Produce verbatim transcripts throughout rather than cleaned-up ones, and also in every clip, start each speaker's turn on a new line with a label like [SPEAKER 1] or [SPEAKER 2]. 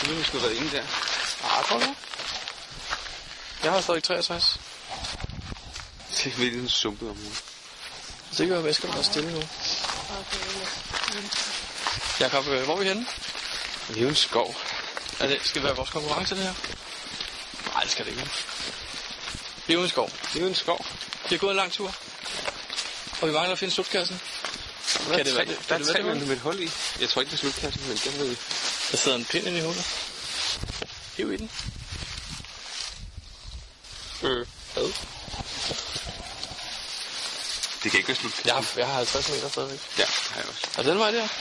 [SPEAKER 1] fire, vi skulle have været inde der.
[SPEAKER 2] Ah, tror du? Jeg har stadig treogtres.
[SPEAKER 1] Det er virkelig en sumpet område.
[SPEAKER 2] Så det gør jeg, skal være stille nu. Jakob, hvor er vi henne?
[SPEAKER 1] Det er jo en skov.
[SPEAKER 2] Er det, skal det være vores konkurrence, det her? Nej, det skal det ikke. Det er jo en skov.
[SPEAKER 1] Det er jo en skov.
[SPEAKER 2] Vi har gået en lang tur. Og vi mangler at finde slutkassen.
[SPEAKER 1] Kan det være det? Der er tre med et hul i. Jeg tror ikke, det er slutkassen, men den ved vi.
[SPEAKER 2] Der sidder en pind inde i hullet. Hiv i den. Øh, hvad?
[SPEAKER 1] Det kan ikke være slutkassen.
[SPEAKER 2] Jeg har, jeg har halvtreds meter stadigvæk.
[SPEAKER 1] Ja, har jeg også.
[SPEAKER 2] Er den vej der?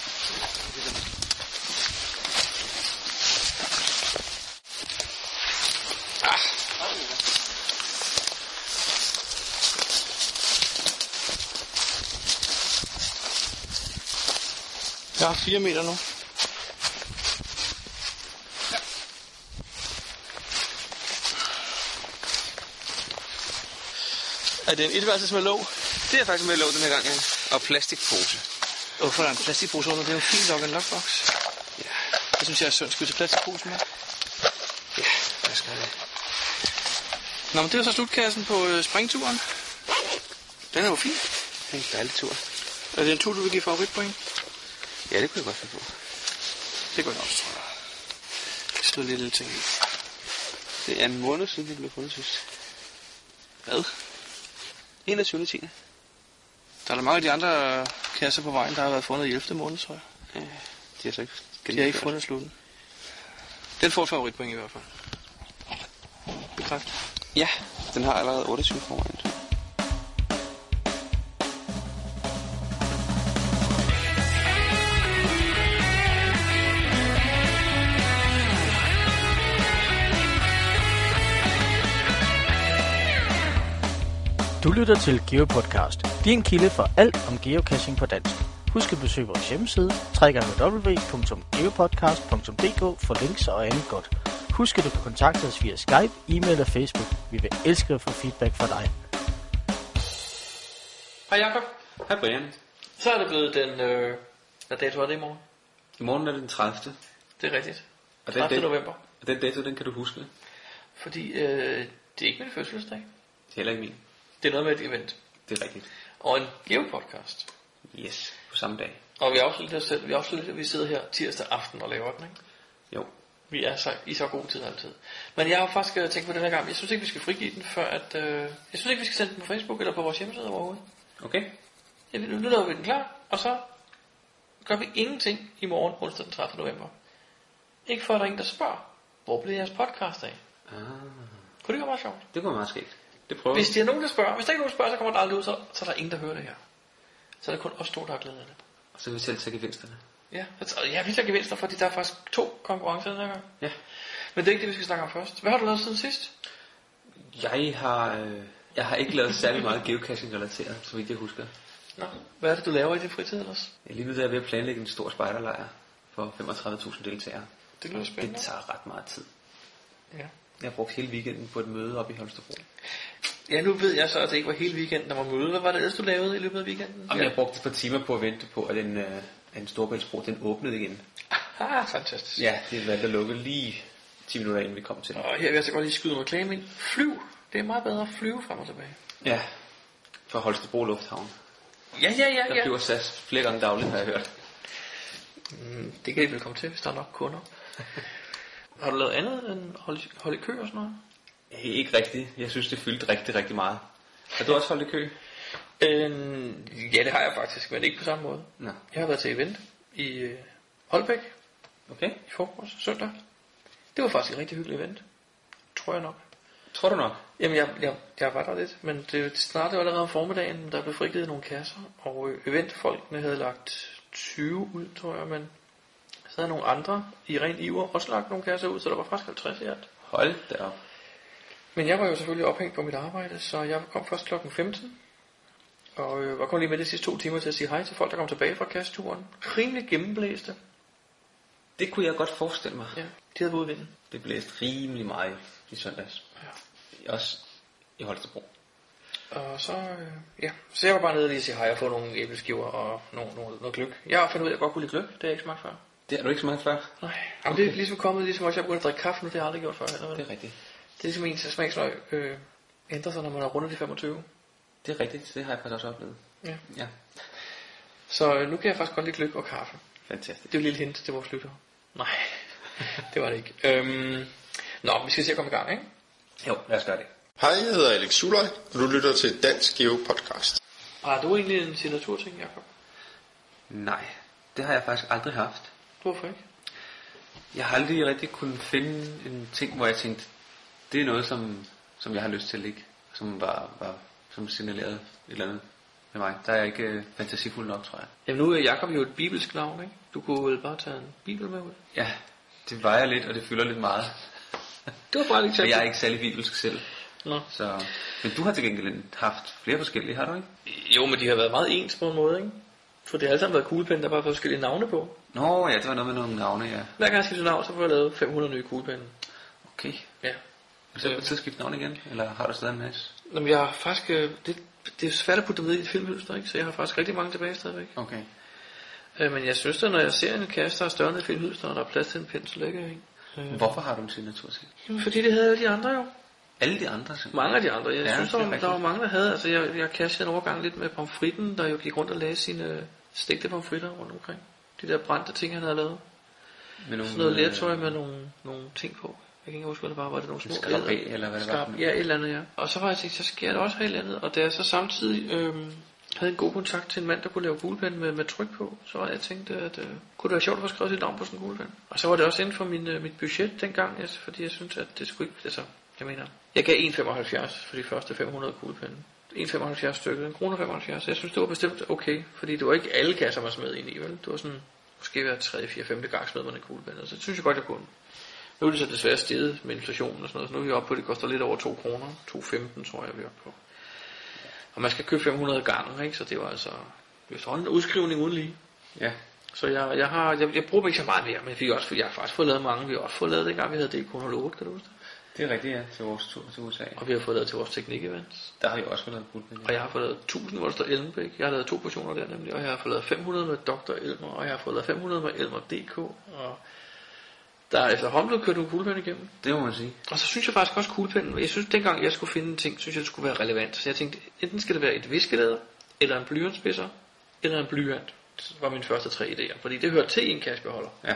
[SPEAKER 2] Jeg har fire meter nu.
[SPEAKER 1] Ja.
[SPEAKER 2] Er det en etværelses med låg?
[SPEAKER 1] Det er faktisk med låg den her gang, ja. Og plastikpose.
[SPEAKER 2] Hvorfor er der en plastikpose under? Det er jo fint nok en lockbox.
[SPEAKER 1] Ja.
[SPEAKER 2] Jeg synes, jeg er synd. Skal vi tage plastikpose med?
[SPEAKER 1] Ja, hvad skal jeg?
[SPEAKER 2] Nå, men det er jo så slutkassen på øh, springturen. Den er jo fin.
[SPEAKER 1] Det er en dejlig tur.
[SPEAKER 2] Er det en tur, du vil give favoritpoint?
[SPEAKER 1] Ja, det kunne jeg godt finde på.
[SPEAKER 2] Det går jeg også, tror jeg. Det stod lidt lille ting i.
[SPEAKER 1] Det er en måned siden, det blev fundet sidst.
[SPEAKER 2] Hvad?
[SPEAKER 1] enogtyvende tiende
[SPEAKER 2] Der er der mange af de andre kasser på vejen, der har været fundet i ellevte måned, tror jeg.
[SPEAKER 1] Ja, de har så ikke...
[SPEAKER 2] De har ikke fundet slutten. Den får et favoritpoint i hvert fald. Tak.
[SPEAKER 1] Ja, den har allerede otteogtyve foran.
[SPEAKER 3] Du lytter til GeoPodcast, din kilde for alt om geocaching på dansk. Husk at besøge vores hjemmeside, w w w punktum geopodcast punktum d k for links og andet godt. Husk at du kan kontakte os via Skype, e-mail og Facebook. Vi vil elske at få feedback fra dig.
[SPEAKER 2] Hej Jakob.
[SPEAKER 1] Hej Brian.
[SPEAKER 2] Så er det blevet den... Øh, hvad dato er det i morgen?
[SPEAKER 1] I morgen er det den tredivte
[SPEAKER 2] Det er rigtigt.
[SPEAKER 1] Og den
[SPEAKER 2] tredivte
[SPEAKER 1] dat-
[SPEAKER 2] november.
[SPEAKER 1] Og den dato, den kan du huske.
[SPEAKER 2] Fordi øh, det er ikke min fødselsdag.
[SPEAKER 1] Det er heller ikke min.
[SPEAKER 2] Det er noget med et event.
[SPEAKER 1] Det er rigtigt.
[SPEAKER 2] Og en geopodcast.
[SPEAKER 1] Yes, på samme dag.
[SPEAKER 2] Og vi afslutter os selv. Vi afslutter, at vi sidder her tirsdag aften og laver den, ikke?
[SPEAKER 1] Jo.
[SPEAKER 2] Vi er så, i så god tid altid. Men jeg har faktisk tænkt på den her gang. Jeg synes ikke, vi skal frigive den, før at... Øh, jeg synes ikke, vi skal sende den på Facebook eller på vores hjemmeside overhovedet.
[SPEAKER 1] Okay.
[SPEAKER 2] Ja, nu, nu laver vi den klar, og så gør vi ingenting i morgen, onsdag den tredivte november. Ikke for, at der er ingen, der spørger, hvor bliver jeres podcast af?
[SPEAKER 1] Ah,
[SPEAKER 2] Kunne det være meget sjovt?
[SPEAKER 1] det kunne være meget skægt. Det prøver
[SPEAKER 2] Hvis der er nogen, der spørger, hvis der ikke er nogen, der spørger, så kommer der aldrig ud, så, så er der ingen, der hører det her. Så er det kun os to, der har glæde af det.
[SPEAKER 1] Og så vil vi selv tage gevinsterne.
[SPEAKER 2] Ja, og jeg vil tage gevinster, fordi der er faktisk to konkurrencer den her gang.
[SPEAKER 1] Ja.
[SPEAKER 2] Men det er ikke det, vi skal snakke om først. Hvad har du lavet siden sidst?
[SPEAKER 1] Jeg har, øh, jeg har ikke lavet særlig meget geocaching relateret, så vidt jeg husker.
[SPEAKER 2] Nå, hvad er det, du laver i din fritid ellers?
[SPEAKER 1] Jeg lige nu der er ved at planlægge en stor spejderlejr for femogtredive tusind deltagere.
[SPEAKER 2] Det lyder spændende.
[SPEAKER 1] Det tager ret meget tid.
[SPEAKER 2] Ja.
[SPEAKER 1] Jeg har brugt hele weekenden på et møde op i Holstebro.
[SPEAKER 2] Ja, nu ved jeg så, at det ikke var hele weekenden, der var møde. Hvad var det ellers, du lavede i løbet af weekenden?
[SPEAKER 1] Og jeg brugte et par timer på at vente på, at en, øh, en storbæltsbro, den åbnede igen.
[SPEAKER 2] Ah, fantastisk.
[SPEAKER 1] Ja, det valgte at lukke lige ti minutter inden vi kom til.
[SPEAKER 2] Og her vil jeg så godt lige skyde en reklame ind. Flyv. Det er meget bedre at flyve frem og tilbage.
[SPEAKER 1] Ja, fra Holstebro Lufthavn.
[SPEAKER 2] Ja, ja, ja,
[SPEAKER 1] Der
[SPEAKER 2] ja.
[SPEAKER 1] flyver S A S flere gange dagligt, har jeg hørt.
[SPEAKER 2] Mm, det kan I vel komme til, hvis der er nok kunder. Har du lavet andet end holde, holde i kø og sådan noget?
[SPEAKER 1] Hey, ikke rigtigt. Jeg synes, det fyldte rigtig, rigtig meget. Har du også holdt i kø?
[SPEAKER 2] Øhm, ja, det har jeg faktisk, men ikke på samme måde.
[SPEAKER 1] Nå.
[SPEAKER 2] Jeg har været til event i øh, Holbæk
[SPEAKER 1] Okay.
[SPEAKER 2] i forgårs, søndag. Det var faktisk et rigtig hyggeligt event. Tror jeg nok.
[SPEAKER 1] Tror du nok?
[SPEAKER 2] Jamen, jeg, jeg, jeg var der lidt, men det, det startede allerede om formiddagen, der blev frigivet nogle kasser, og øh, eventfolkene havde lagt tyve ud, tror jeg, men så havde nogle andre i ren iver også lagt nogle kasser ud, så der var faktisk halvtreds i alt.
[SPEAKER 1] Hold da op.
[SPEAKER 2] Men jeg var jo selvfølgelig ophængt på mit arbejde, så jeg kom først klokken femten, og øh, var kun lige med de sidste to timer til at sige hej til folk, der kom tilbage fra kastturen. Rimelig gennemblæste.
[SPEAKER 1] Det kunne jeg godt forestille mig.
[SPEAKER 2] Ja, de havde været ude vinden.
[SPEAKER 1] Det blæste rimelig meget i søndags.
[SPEAKER 2] Ja.
[SPEAKER 1] Også i Holstebro.
[SPEAKER 2] Og så, øh, ja, så jeg var bare nede lige og sige hej og få nogle æbleskiver og nogle, nogle, noget gløgg. Jeg har fundet ud af, at jeg godt kunne lide gløgg, det har jeg ikke smagt før.
[SPEAKER 1] Det har du ikke så meget før?
[SPEAKER 2] Nej. Jamen, det er ligesom kommet, ligesom også jeg begyndte at drikke kaffe nu, det har jeg aldrig gjort før. Eller hvad?
[SPEAKER 1] Det er rigtigt.
[SPEAKER 2] Det er ligesom en smagsløg øh, ændrer sig, når man er rundet de femogtyve.
[SPEAKER 1] Det er rigtigt, det har jeg faktisk også oplevet.
[SPEAKER 2] Ja.
[SPEAKER 1] Ja.
[SPEAKER 2] Så øh, nu kan jeg faktisk godt lide gløgg og kaffe.
[SPEAKER 1] Fantastisk.
[SPEAKER 2] Det er jo et lille hint til vores lytter. Nej, det var det ikke. Øhm, nå, vi skal se at komme i gang, ikke?
[SPEAKER 1] Jo, lad os gøre det.
[SPEAKER 4] Hej, jeg hedder Alex Suløj, og du lytter til Dansk Geo Podcast.
[SPEAKER 2] Har du egentlig en signaturting, Jacob?
[SPEAKER 1] Nej, det har jeg faktisk aldrig haft.
[SPEAKER 2] Hvorfor ikke?
[SPEAKER 1] Jeg har aldrig rigtig kunnet finde en ting, hvor jeg tænkte, det er noget, som, som jeg har lyst til at ligge, som var, var som signaleret et eller andet med mig. Der er jeg ikke øh, fantasifuld nok, tror jeg.
[SPEAKER 2] Jamen nu er Jacob jo et bibelsk navn, ikke? Du kunne vel bare tage en bibel med ud?
[SPEAKER 1] Ja, det vejer lidt, og det fylder lidt meget.
[SPEAKER 2] Det var bare lidt
[SPEAKER 1] Og jeg er ikke særlig bibelsk selv.
[SPEAKER 2] Nå.
[SPEAKER 1] Så, men du har til gengæld haft flere forskellige, har du ikke?
[SPEAKER 2] Jo, men de har været meget ens på en måde, ikke? For det har alle sammen været kuglepenne, der bare har forskellige navne på.
[SPEAKER 1] Nå ja, det var noget med nogle navne, ja.
[SPEAKER 2] Hver gang jeg skifter navn, så får jeg lavet fem hundrede nye kuglepenne.
[SPEAKER 1] Okay.
[SPEAKER 2] Ja.
[SPEAKER 1] Så på tid skifte navn igen, eller har du stadig en masse?
[SPEAKER 2] Jamen jeg har faktisk, øh, det, det er svært at putte dem ned i et filmhylster, ikke? Så jeg har faktisk rigtig mange tilbage stadigvæk.
[SPEAKER 1] Okay.
[SPEAKER 2] Øh, men jeg synes da, når jeg ser en kasse, der er større end et filmhylster, og der er plads til en pind, så lægger jeg ikke. Øh.
[SPEAKER 1] Hvorfor har du en signatur til?
[SPEAKER 2] Jamen fordi det havde jo de andre jo.
[SPEAKER 1] Alle de andre? Simpelthen.
[SPEAKER 2] Mange af de andre. Jeg
[SPEAKER 1] Ja,
[SPEAKER 2] synes, der
[SPEAKER 1] det er
[SPEAKER 2] var, der var mange, der havde. Altså jeg, jeg cashede en overgang lidt med pomfritten, der jo gik rundt og lagde sine stegte pomfritter rundt omkring. De der brændte ting, han havde lavet.
[SPEAKER 1] Med nogle,
[SPEAKER 2] Sådan noget lertøj med nogle, nogle ting på. Jeg kan ikke huske, hvad det var. Var det nogle små
[SPEAKER 1] skarabæ, eller hvad det var?
[SPEAKER 2] Ja, et eller andet, ja. Og så var jeg tænkt, så skal jeg da også have et eller andet. Og da jeg så samtidig øhm, havde en god kontakt til en mand, der kunne lave kuglepen med, med tryk på, så var jeg tænkte, at øh, kunne det være sjovt at få skrevet sit navn på sådan en kuglepen. Og så var det også inden for min, øh, mit budget dengang, altså, fordi jeg synes, at det skulle ikke, altså, jeg mener, jeg gav en komma femoghalvfjerds for de første fem hundrede kuglepenne. en komma femoghalvfjerds stykker, en krone femoghalvfjerds. Jeg synes, det var bestemt okay, fordi det var ikke alle kasser, man smed ind i, vel? Det var sådan, måske hver tredje, fjerde, femte gang smed man en kuglepen, så det synes jeg godt, jeg kunne. Nu er det så desværre steget med inflationen og sådan noget, så nu er vi oppe på, at det koster lidt over to kroner. to femten tror jeg, vi er oppe på. Og man skal købe fem hundrede gange, ikke? Så det var altså efterhånden en udskrivning uden lige.
[SPEAKER 1] Ja.
[SPEAKER 2] Så jeg, jeg, har, jeg, jeg bruger mig ikke så meget mere, men jeg, fik også, jeg har faktisk fået lavet mange. Vi har også fået lavet dengang, vi havde D K nul otte, kan du huske det?
[SPEAKER 1] Det er rigtigt, ja, til vores tur til U S A.
[SPEAKER 2] Og vi har fået lavet til vores teknik-events.
[SPEAKER 1] Der har vi også fået lavet guldmænd.
[SPEAKER 2] Og jeg har fået lavet tusind, hvor der står Elmbæk. Jeg har lavet to portioner der nemlig, og jeg har fået lavet fem hundrede med doktor Elmer, og jeg har fået lavet fem hundrede med Elmer punktum d k, og der er efterhånden blevet kørt nogle kuglepenne igennem.
[SPEAKER 1] Det må man sige. Og
[SPEAKER 2] så synes jeg faktisk også kuglepennen, jeg synes dengang jeg skulle finde en ting, synes jeg det skulle være relevant. Så jeg tænkte, enten skal det være et viskelæder, eller en blyantspidser, eller en blyant. Det var mine første tre idéer, fordi det hører til i en kassebeholder.
[SPEAKER 1] Ja.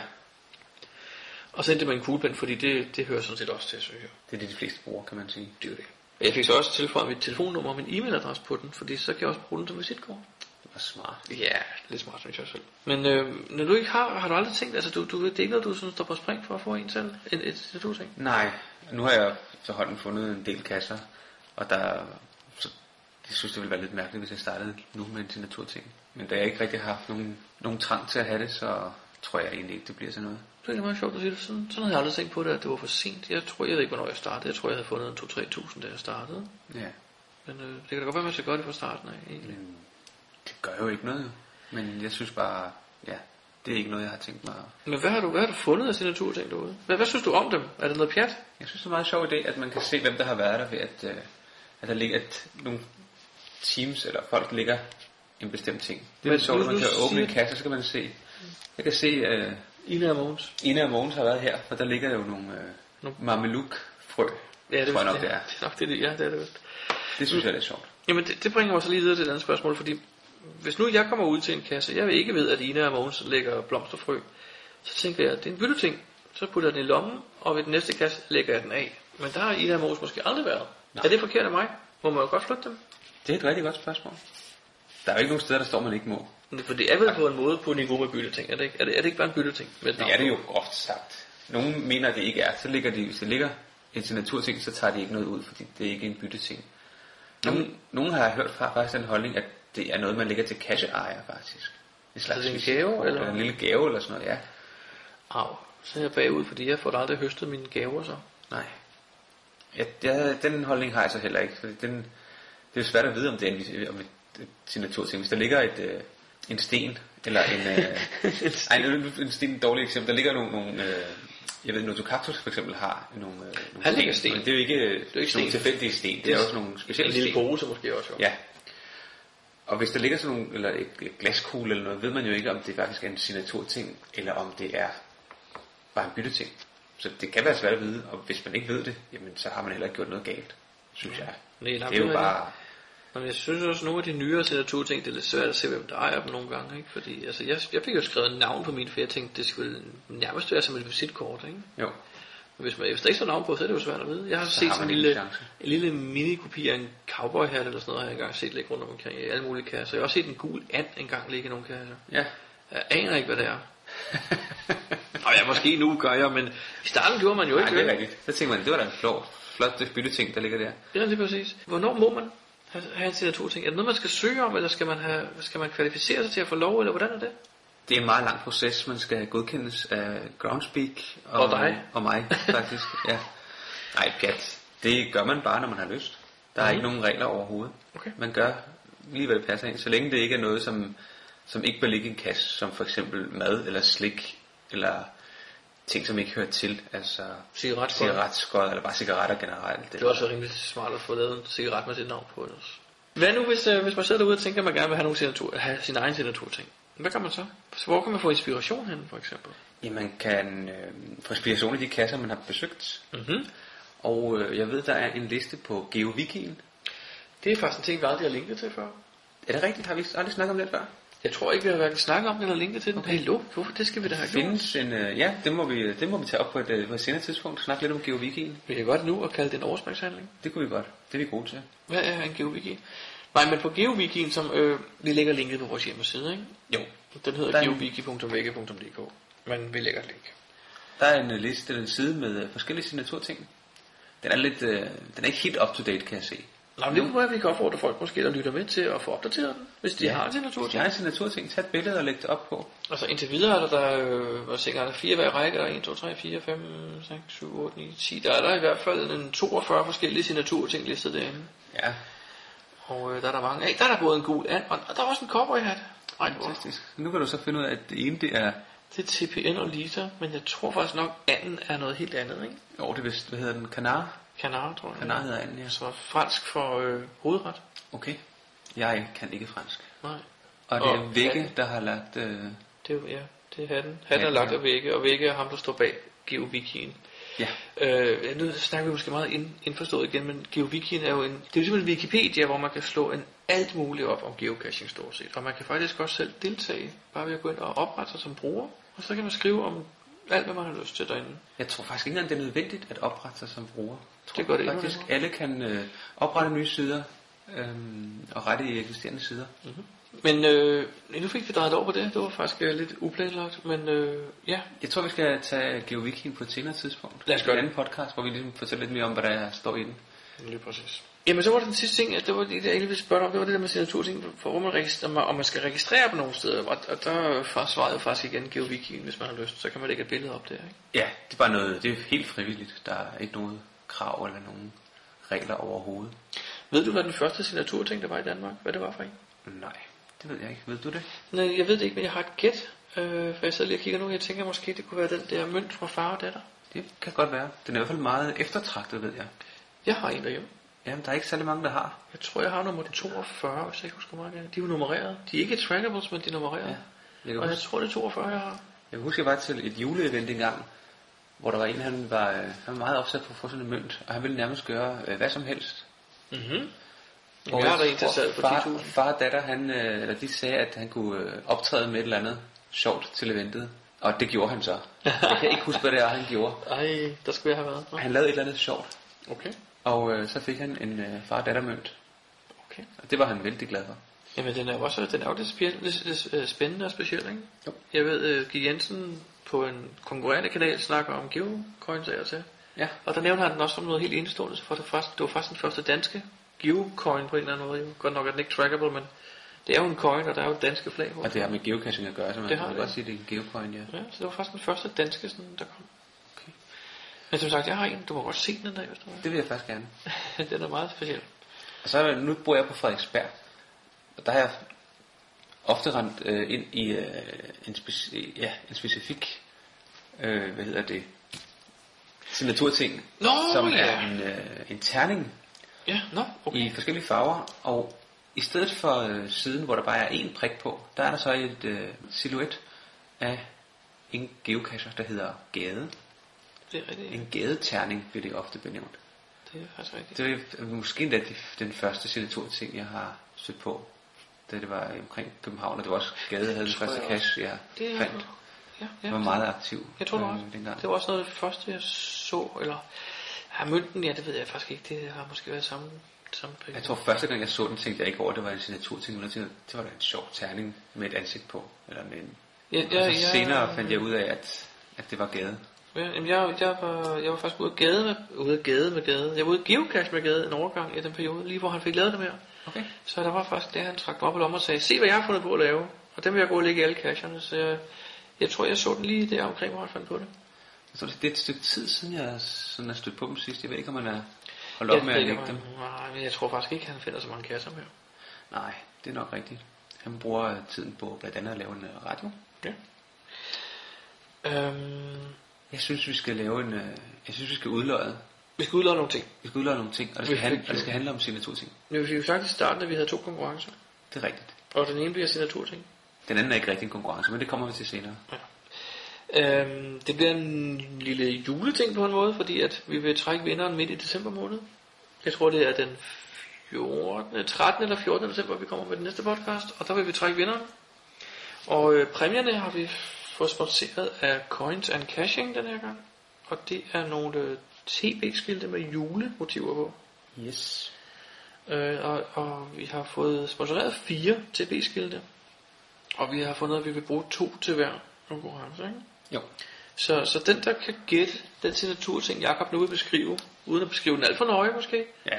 [SPEAKER 2] Og så endte det med en kuglepen, fordi det, det hører sådan set også til, synes jeg.
[SPEAKER 1] Det er det, de fleste bruger, kan man sige.
[SPEAKER 2] Det er jo det. Og jeg fik så også tilføjet mit telefonnummer og min e-mailadresse på den, fordi så kan jeg også bruge den som visitkort.
[SPEAKER 1] Det var smart.
[SPEAKER 2] Ja, lidt smart, synes jeg selv. Men øh, når du ikke har, har du aldrig tænkt, altså du, du, det er ikke noget, du sådan står på spring for at få en selv? En, et signaturting?
[SPEAKER 1] Nej, nu har jeg så holdt fundet en del kasser, og der, så, jeg synes, det ville være lidt mærkeligt, hvis jeg startede nu med en signaturting. Men da jeg ikke rigtig har haft nogen, nogen trang til at have det, så tror jeg egentlig ikke, det bliver sådan noget.
[SPEAKER 2] Det er egentlig meget sjovt at sige det. Sådan, sådan havde jeg aldrig tænkt på det, at det var for sent. Jeg tror, jeg ved ikke, hvornår jeg startede. Jeg tror, jeg havde fundet en to til tre tusind, da jeg startede.
[SPEAKER 1] Ja.
[SPEAKER 2] Men øh, det kan da godt være, at man skal gøre det fra starten af, egentlig.
[SPEAKER 1] Men det gør jo ikke noget, men jeg synes bare, ja, det er ikke noget, jeg har tænkt mig.
[SPEAKER 2] Men hvad har du, hvad har du fundet af signaturting derude? Hvad, hvad synes du om dem? Er det noget pjat?
[SPEAKER 1] Jeg synes, det er en meget sjov idé, at man kan se, hvem der har været der ved, at, øh, at der ligger at nogle teams eller folk ligger en bestemt ting. Det er
[SPEAKER 2] Men,
[SPEAKER 1] sjovt, at man kan
[SPEAKER 2] siger...
[SPEAKER 1] åbne en kasse, så kan man se. Jeg kan se, øh,
[SPEAKER 2] Ina og Mogens.
[SPEAKER 1] Ina og Mogens har været her, for der ligger jo nogle øh,
[SPEAKER 2] no.
[SPEAKER 1] mameluk-frø.
[SPEAKER 2] Ja, det
[SPEAKER 1] tror jeg nok,
[SPEAKER 2] det,
[SPEAKER 1] det er.
[SPEAKER 2] Det er nok det, det, ja, det er det.
[SPEAKER 1] Det synes jeg er lidt sjovt.
[SPEAKER 2] Jamen, det, det bringer mig så lige videre til et andet spørgsmål, fordi hvis nu jeg kommer ud til en kasse, jeg vil ikke ved, at Ina og Mogens lægger blomsterfrø, så tænker jeg, at det er en bytteting. Så putter jeg den i lommen, og ved den næste kasse lægger jeg den af. Men der har Ina og Mogens måske aldrig været. Nej. Er det forkert af mig? Må man jo godt flytte dem?
[SPEAKER 1] Det er et rigtig godt spørgsmål. Der er jo ikke nogen steder, der står, man ikke må.
[SPEAKER 2] For det er vel på en måde på niveau med bytteting, er det ikke? Er det, er det ikke bare en bytteting?
[SPEAKER 1] Det er det jo groft sagt. Nogen mener, at det ikke er. Så ligger de, hvis det ligger en signaturting, så tager de ikke noget ud, fordi det er ikke en bytteting. Nogen, mm. nogen har hørt fra faktisk den holdning, at det er noget, man lægger til kasseejer faktisk. En slags
[SPEAKER 2] en gave? Eller?
[SPEAKER 1] eller en lille gave eller sådan noget, ja.
[SPEAKER 2] Au, så er jeg bagud, fordi jeg får aldrig høstet mine gaver så.
[SPEAKER 1] Nej. Ja, ja, den holdning har jeg så heller ikke. Fordi den, det er jo svært at vide, om det er en, om et, et signaturting. Hvis der ligger et, øh, en sten, eller en... Øh, ej, en, en sten er et dårligt eksempel. Der ligger nogle... nogle øh, jeg ved, Notocactus for eksempel har nogle, øh, nogle
[SPEAKER 2] han ligger sten.
[SPEAKER 1] sten. Det er jo ikke, det er jo ikke nogle tilfældige sten. Det, det er også nogle specielle sten.
[SPEAKER 2] En lille pose måske også. Jo.
[SPEAKER 1] Ja. Og hvis der ligger sådan nogle, eller et glaskugle eller noget, ved man jo ikke, om det faktisk er en signaturting, eller om det er bare en bytteting. Så det kan være svært at vide, og hvis man ikke ved det, jamen så har man heller ikke gjort noget galt, synes jeg.
[SPEAKER 2] Nej,
[SPEAKER 1] det er jo bare...
[SPEAKER 2] Men jeg synes også, at nogle af de nyere signaturting, det er lidt svært at se, hvem der ejer dem nogle gange, ikke? Fordi altså, jeg, jeg fik jo skrevet navn på min, for jeg tænkte, det skulle nærmest være som et visitkort, ikke?
[SPEAKER 1] Jo.
[SPEAKER 2] Men hvis man hvis der ikke står navn på, så er det jo svært at vide. Jeg har
[SPEAKER 1] så
[SPEAKER 2] set
[SPEAKER 1] har
[SPEAKER 2] sådan en lille, en lille mini-kopi af en cowboy-hat eller sådan noget, har jeg engang set ligge rundt omkring i alle mulige kasser. Jeg har også set en gul and engang ligge i nogle kasser.
[SPEAKER 1] Ja.
[SPEAKER 2] Jeg aner ikke, hvad det er. Og ja, måske nu gør jeg, men i starten gjorde man jo ikke.
[SPEAKER 1] Nej, det er rigtigt. Så tænker man, det var da en flot, flot bytteting, der ligger der.
[SPEAKER 2] Ja, det er præcis. Hvornår må man have, have en signaturting? Er det noget, man skal søge om, eller skal man, have, skal man kvalificere sig til at få lov, eller hvordan er det?
[SPEAKER 1] Det er en meget lang proces, man skal godkendes af Groundspeak og,
[SPEAKER 2] og dig.
[SPEAKER 1] Og mig, faktisk. Ja. Nej, pjat. Det gør man bare, når man har lyst. Der er mm. ikke nogen regler overhovedet.
[SPEAKER 2] Okay.
[SPEAKER 1] Man gør lige, hvad det passer ind, så længe det ikke er noget, som, som ikke bør ligge i en kasse, som for eksempel mad eller slik, eller ting, som ikke hører til, altså
[SPEAKER 2] cigaretskod,
[SPEAKER 1] cigaretskod eller bare cigaretter generelt.
[SPEAKER 2] Det er også rimelig smart at få lavet en cigaret med sit navn på det også. Hvad nu, hvis, øh, hvis man sidder derude og tænker, at man gerne vil have, nogle signatur, have sin egen signaturting? Hvad kan man så? Hvor kan man få inspiration hen, for eksempel?
[SPEAKER 1] Ja, man kan øh, få inspiration i de kasser, man har besøgt.
[SPEAKER 2] Mm-hmm.
[SPEAKER 1] Og øh, jeg ved, der er en liste på GeoWikien.
[SPEAKER 2] Det er faktisk en ting, vi aldrig har linket til før.
[SPEAKER 1] Er det rigtigt? Har vi aldrig snakket om det før?
[SPEAKER 2] Jeg tror ikke, vi har hverken snakket om det eller linket til den. Okay. Hello, hvorfor det skal vi da have gjort?
[SPEAKER 1] Findes en, øh, ja, det må, vi, det må vi tage op på et, øh, på et senere tidspunkt. Snakke lidt om GeoWikien.
[SPEAKER 2] Vi kan godt nu at kalde det en overspringshandling.
[SPEAKER 1] Det kunne vi godt. Det er vi gode til.
[SPEAKER 2] Hvad er en GeoWiki? Nej, men på GeoWikien, som øh, vi lægger linket på vores hjemmeside, ikke?
[SPEAKER 1] Jo.
[SPEAKER 2] Den hedder geowiki punktum wiki punktum d k. Men vi lægger et link.
[SPEAKER 1] Der er en liste, en side med forskellige signaturting. Den er lidt, øh, den er ikke helt up to date, kan jeg se.
[SPEAKER 2] Nej, men det kunne være, at vi kan opfordre folk måske, der lytter med til at få opdateret den, hvis de
[SPEAKER 1] ja,
[SPEAKER 2] har en signaturting.
[SPEAKER 1] Hvis de har en signaturting, tag et billede og læg det op på.
[SPEAKER 2] Altså indtil videre er der, der øh, hvad siger, der er fire hver række, der er en, to, tre, fire, fem, seks, syv, otte, ni, ti. Der er der i hvert fald en toogfyrre forskellige signaturting listet derinde.
[SPEAKER 1] Ja.
[SPEAKER 2] Og øh, der er der mange. Hey, der er der både en gul and, og der er også en cowboyhat. Ej,
[SPEAKER 1] fantastisk. Nu kan du så finde ud af, at det ene det er...
[SPEAKER 2] Det er T P N og liter, men jeg tror faktisk nok, anden er noget helt andet, ikke?
[SPEAKER 1] Jo, det er vist, hvad hedder den? Canar?
[SPEAKER 2] Canar, tror jeg.
[SPEAKER 1] Canar hedder anden, ja.
[SPEAKER 2] Så fransk for øh, hovedret.
[SPEAKER 1] Okay. Jeg kan ikke fransk.
[SPEAKER 2] Nej.
[SPEAKER 1] Og det er Vægge, der har lagt... Øh...
[SPEAKER 2] Det er jo, ja, det er hatten. Hatten er lagt af Vægge, og Vægge er ham, der står bag GeoWikien.
[SPEAKER 1] Ja.
[SPEAKER 2] Øh, nu snakker vi måske meget ind, indforstået igen, men GeoWikien er jo en... Det er jo simpelthen Wikipedia, hvor man kan slå en alt muligt op om geocaching stort set. Og man kan faktisk også selv deltage, bare ved at gå ind og oprette sig som bruger. Og så kan man skrive om alt, hvad man har lyst til derinde.
[SPEAKER 1] Jeg tror faktisk ikke engang, det er nødvendigt at oprette sig som bruger. Jeg tror
[SPEAKER 2] det gør det
[SPEAKER 1] faktisk, alle kan øh, oprette nye sider øh, og rette i eksisterende sider.
[SPEAKER 2] Mm-hmm. Men øh, nu fik vi drejet over på det. Det var faktisk øh, lidt uplanlagt, men øh, ja.
[SPEAKER 1] Jeg tror, vi skal tage GeoWikien på et senere tidspunkt.
[SPEAKER 2] Lad os gøre
[SPEAKER 1] en anden podcast, hvor vi ligesom fortæller lidt mere om, hvad der står i den.
[SPEAKER 2] Lige præcis. Jamen så var det den sidste ting, at det var det, jeg ville spørge om, det var det der med signaturting, for hvor man registrerer, om man skal registrere på nogle steder, og, og der svarede jo faktisk igen GeoWikien, hvis man har lyst, så kan man lægge et billede op der, ikke?
[SPEAKER 1] Ja, det er bare noget, det er helt frivilligt, der er ikke noget krav eller nogen regler overhovedet.
[SPEAKER 2] Ved du, hvad den første signaturting, der var i Danmark, hvad det var for en?
[SPEAKER 1] Nej, det ved jeg ikke. Ved du det?
[SPEAKER 2] Nej, jeg ved det ikke, men jeg har et gæt, øh, for jeg sidder lige og kigger nu, jeg tænker måske, det kunne være den der mønt fra far og datter. Det
[SPEAKER 1] kan godt være. Den er i hvert fald meget eftertragtet, ved jeg.
[SPEAKER 2] Jeg har en derhjemme.
[SPEAKER 1] Jamen, der er ikke særlig mange, der har.
[SPEAKER 2] Jeg tror, jeg har nummer toogfyrre, hvis jeg ikke husker meget. De er jo nummereret. De er ikke trackables, men de er nummereret. Ja, jeg og huske. Jeg tror, det er toogfyrre, jeg har.
[SPEAKER 1] Jeg husker, jeg var til et juleevent engang, hvor der var en, han var, han var meget opsat på at få sådan en mønt, og han ville nærmest gøre øh, hvad som helst.
[SPEAKER 2] Mhm. Og jeg har der en til salg for ti tusind.
[SPEAKER 1] Far og datter, han, øh, eller de sagde, at han kunne øh, optræde med et eller andet sjovt til eventet. Og det gjorde han så. Jeg kan ikke huske, hvad det er, han gjorde.
[SPEAKER 2] Ej, der skulle jeg have været. Nå.
[SPEAKER 1] Han lavede et eller andet sjovt.
[SPEAKER 2] Okay.
[SPEAKER 1] Og øh, så fik han en øh, far og datter mønt.
[SPEAKER 2] Okay.
[SPEAKER 1] Og det var han vældig glad for.
[SPEAKER 2] Jamen den er jo også den er jo lidt, spændende, lidt, lidt spændende og speciel, ikke? Jo. Jeg ved, uh, Gil Jensen på en konkurrerende kanal snakker om geocoins af og til.
[SPEAKER 1] Ja. Og
[SPEAKER 2] der nævner han den også som noget helt enestående, for det, faktisk, det var faktisk den første danske geocoin på en eller anden måde. Jo. Godt nok er den ikke trackable, men det er jo en coin, og der er jo danske flag på.
[SPEAKER 1] Og det har med geocaching at gøre, så man
[SPEAKER 2] det
[SPEAKER 1] kan
[SPEAKER 2] det.
[SPEAKER 1] godt sige, at det er en geocoin, ja.
[SPEAKER 2] Ja, så det var faktisk den første danske, sådan, der kom. Okay. Men som sagt, jeg har en, du må godt se den der, hvis du vil.
[SPEAKER 1] Det vil jeg faktisk gerne.
[SPEAKER 2] Den er meget speciel.
[SPEAKER 1] Og så nu bor jeg på Frederiksberg, og der har jeg ofte rendt øh, ind i øh, en, speci- ja, en specifik, øh, hvad hedder det, signaturting,
[SPEAKER 2] Nå,
[SPEAKER 1] som
[SPEAKER 2] ja.
[SPEAKER 1] er en, øh, en terning
[SPEAKER 2] ja, no, okay.
[SPEAKER 1] i forskellige farver, og i stedet for øh, siden, hvor der bare er én prik på, der er der så et øh, silhuet af ingen geocacher, der hedder gade.
[SPEAKER 2] Det er rigtigt.
[SPEAKER 1] En gadeterning bliver det ofte benævnt.
[SPEAKER 2] Det er faktisk rigtigt.
[SPEAKER 1] Det er måske endda den første signaturting, jeg har stødt på, da det var omkring København, og det var også gade, der havde den første cache, jeg
[SPEAKER 2] det er,
[SPEAKER 1] fandt.
[SPEAKER 2] Ja, ja,
[SPEAKER 1] jeg var meget aktiv.
[SPEAKER 2] Jeg tror det
[SPEAKER 1] øh,
[SPEAKER 2] også.
[SPEAKER 1] dengang.
[SPEAKER 2] Det var også noget af det første, jeg så, eller ja, mønten, ja, det ved jeg faktisk ikke. Det har måske været samme, samme periode.
[SPEAKER 1] Jeg tror første gang jeg så den, tænkte jeg ikke over, at det var en signaturting, men jeg tænkte, det var da en sjov terning med et ansigt på, eller med en...
[SPEAKER 2] Ja, ja,
[SPEAKER 1] og så
[SPEAKER 2] ja,
[SPEAKER 1] senere
[SPEAKER 2] ja,
[SPEAKER 1] fandt jeg ud af, at, at det var gade.
[SPEAKER 2] Ja, jamen jeg, jeg, var, jeg var faktisk ude af gade med, ude af gade med gade. Jeg var ude af geocache med gade en overgang i den periode, lige hvor han fik lavet det mere.
[SPEAKER 1] Okay.
[SPEAKER 2] Så der var faktisk det, han trak mig op på lommen og sagde, se hvad jeg har fundet på at lave. Og dem vil jeg gå og lægge i alle cacherne. Så jeg, jeg tror, jeg så den lige der omkring, hvor han fandt på det.
[SPEAKER 1] Så det er et stykke tid siden, jeg sådan har stødt på dem sidst. Jeg ved ikke, om man er holdt op med at lægge dem.
[SPEAKER 2] Nej, men jeg tror faktisk ikke, han finder så mange kasser mere.
[SPEAKER 1] Nej, det er nok rigtigt. Han bruger tiden på blandt andet at lave en radio.
[SPEAKER 2] Ja. Øhm,
[SPEAKER 1] jeg synes, vi skal lave en... Jeg synes, vi skal udløje.
[SPEAKER 2] Vi skal udløje nogle ting.
[SPEAKER 1] Vi skal udløje nogle ting, og det skal, handle, og det skal handle om signaturting.
[SPEAKER 2] Men vi fik jo sagt i starten, at vi havde to konkurrencer.
[SPEAKER 1] Det er rigtigt.
[SPEAKER 2] Og den ene bliver signaturting.
[SPEAKER 1] Den anden er ikke rigtig en konkurrence, men det kommer vi til senere.
[SPEAKER 2] Ja. Øhm, det bliver en lille juleting på en måde, fordi at vi vil trække vinderen midt i december måned. Jeg tror det er den fjortende, trettende eller fjortende december, vi kommer med den næste podcast, og der vil vi trække vinderen. Og øh, præmierne har vi fået sponsoreret af Coins and Caching den her gang, og det er nogle øh, T B-skilte med julemotiver på.
[SPEAKER 1] Yes.
[SPEAKER 2] Øh, og, og vi har fået sponsoreret fire T B-skilte, og vi har fundet at vi vil bruge to til hver konkurrence, ikke?
[SPEAKER 1] Jo.
[SPEAKER 2] Så, så den der kan gætte den signaturting Jakob nu vil beskrive, uden at beskrive den alt for nøje måske,
[SPEAKER 1] ja,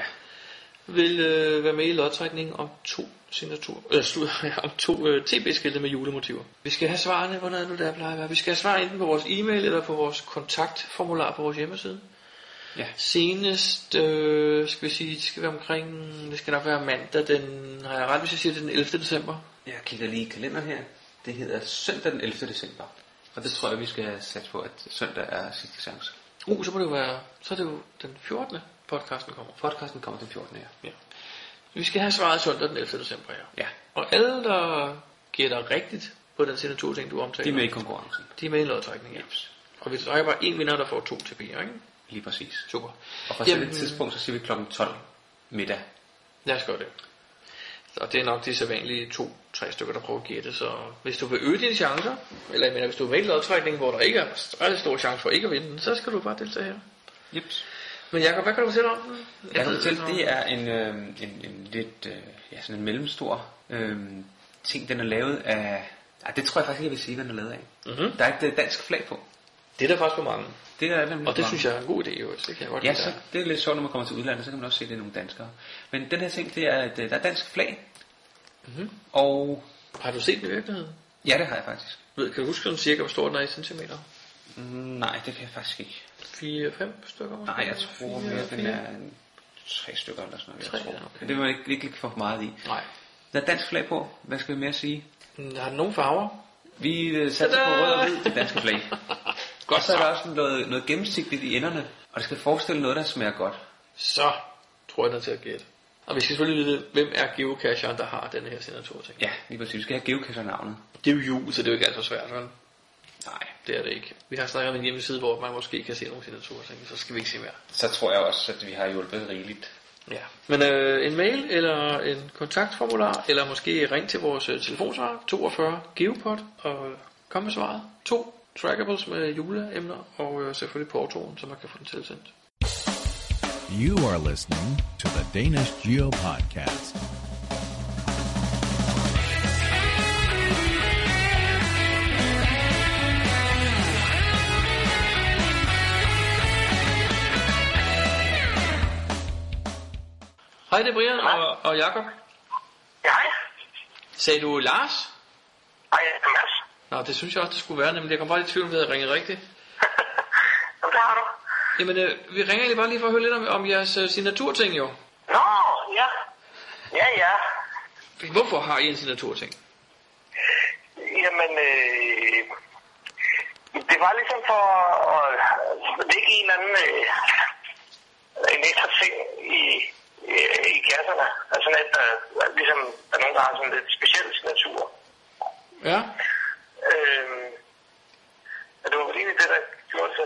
[SPEAKER 2] vil øh, være med i lodtrækningen om to signatur, øh, slu, ja, om to øh, T B-skilte med julemotiver. Vi skal have svarene, hvordan er nu det er plejer at være. Vi skal have svar enten på vores e-mail eller på vores kontaktformular på vores hjemmeside.
[SPEAKER 1] Ja.
[SPEAKER 2] Senest øh, skal vi sige, det skal være omkring, det skal nok være mandag, den har jeg ret, hvis jeg siger det, den ellevte december.
[SPEAKER 1] Jeg kigger lige i kalenderen her. Det hedder søndag den ellevte december. Og det tror jeg, vi skal sætte på, at søndag er sidste chance.
[SPEAKER 2] Uh, så må det jo være, så er det jo den fjortende podcasten kommer.
[SPEAKER 1] Podcasten kommer den fjortende, ja.
[SPEAKER 2] Ja. Vi skal have svaret søndag den ellevte december, ja.
[SPEAKER 1] Ja.
[SPEAKER 2] Og alle, der gætter rigtigt på den signaturting, du omtaler,
[SPEAKER 1] De er med i konkurrencen.
[SPEAKER 2] De er med i lodtrækningen, ja. Og vi trækker bare en vinder, der får to T B'er, ikke?
[SPEAKER 1] Lige præcis.
[SPEAKER 2] Super.
[SPEAKER 1] Og fra det tidspunkt, så siger vi klokken tolv middag.
[SPEAKER 2] Lad os gøre det. Og det er nok de sædvanlige to-tre stykker, der prøver at gætte. Så hvis du vil øge dine chancer, eller jeg mener, hvis du er med i lodtrækningen, hvor der ikke er ret stor chance for ikke at vinde den, så skal du bare deltage her.
[SPEAKER 1] Jeps.
[SPEAKER 2] Men Jacob, hvad kan du fortælle om den?
[SPEAKER 1] Jeg kan fortælle, det er en, øh, en, en lidt, øh, ja, sådan en mellemstor øh, ting, den er lavet af, ej, det tror jeg faktisk ikke, jeg vil sige, hvad den er lavet af.
[SPEAKER 2] Mm-hmm.
[SPEAKER 1] Der er et øh, dansk flag på.
[SPEAKER 2] Det er der faktisk på mange.
[SPEAKER 1] Det er nemlig
[SPEAKER 2] og det
[SPEAKER 1] mange.
[SPEAKER 2] synes jeg er en god idé, jo. Det kan jeg godt
[SPEAKER 1] ja, så det er lidt sjovt, når man kommer til udlandet, så kan man også se, at det er nogle danskere. Men den her ting, det er, at der er dansk flag.
[SPEAKER 2] Mm-hmm.
[SPEAKER 1] Og
[SPEAKER 2] har du set den i virkeligheden?
[SPEAKER 1] Ja, det har jeg faktisk.
[SPEAKER 2] Ved, kan du huske sådan cirka, hvor stor den er i centimeter?
[SPEAKER 1] Mm, nej, det kan jeg faktisk ikke.
[SPEAKER 2] fire fem stykker?
[SPEAKER 1] Nej, jeg tror mere, den er tre stykker eller sådan noget.
[SPEAKER 2] tre,
[SPEAKER 1] jeg tror.
[SPEAKER 2] Okay.
[SPEAKER 1] Det var ikke, ikke for meget i.
[SPEAKER 2] Nej.
[SPEAKER 1] Der er dansk flag på. Hvad skal vi mere sige?
[SPEAKER 2] Har den nogle farver?
[SPEAKER 1] Vi satser på rød og hvid, det danske flag.
[SPEAKER 2] Godt.
[SPEAKER 1] Og så er der også noget, noget gennemsigtigt i enderne. Og det skal forestille noget, der smager godt.
[SPEAKER 2] Så tror jeg, den er til at gætte. Og vi skal selvfølgelig vide, hvem er geocacheren, der har den her signaturting.
[SPEAKER 1] Ja, lige præcis. Vi skal have geocacher-navnet.
[SPEAKER 2] Det er jo jul, så det er jo ikke alt så svært, vel?
[SPEAKER 1] Nej,
[SPEAKER 2] det er det ikke. Vi har snakket om en hjemmeside, hvor man måske kan se nogle signaturting, så skal vi ikke se mere.
[SPEAKER 1] Så tror jeg også, at vi har hjulpet rigeligt.
[SPEAKER 2] Ja. Men øh, en mail eller en kontaktformular, eller måske ring til vores øh, telefonsvar toogfyrre Geopod og øh, kom med svaret. To trackables med juleemner og øh, selvfølgelig portoen, så man kan få den tilsendt.
[SPEAKER 5] You are listening to the Danish Geo Podcast.
[SPEAKER 2] Hej, det er Brian og, og Jakob.
[SPEAKER 6] Hej.
[SPEAKER 2] Sagde du Lars?
[SPEAKER 6] Hej, det er Mads.
[SPEAKER 2] Nå, det synes jeg også, det skulle være, nemlig jeg kom bare i tvivl om, at jeg havde ringet rigtigt.
[SPEAKER 6] Jamen, det har du.
[SPEAKER 2] Jamen, øh, vi ringer egentlig bare lige for at høre lidt om, om jeres uh, signaturting jo.
[SPEAKER 6] Nå, ja. Ja, ja.
[SPEAKER 2] Hvorfor har I en signaturting?
[SPEAKER 6] Jamen, øh, det var ligesom for at lægge en eller anden øh, en ekstra ting i, i, i kasserne. Altså sådan et, der ligesom der er nogen, der har sådan lidt specielle signaturer.
[SPEAKER 2] Ja.
[SPEAKER 6] Øh,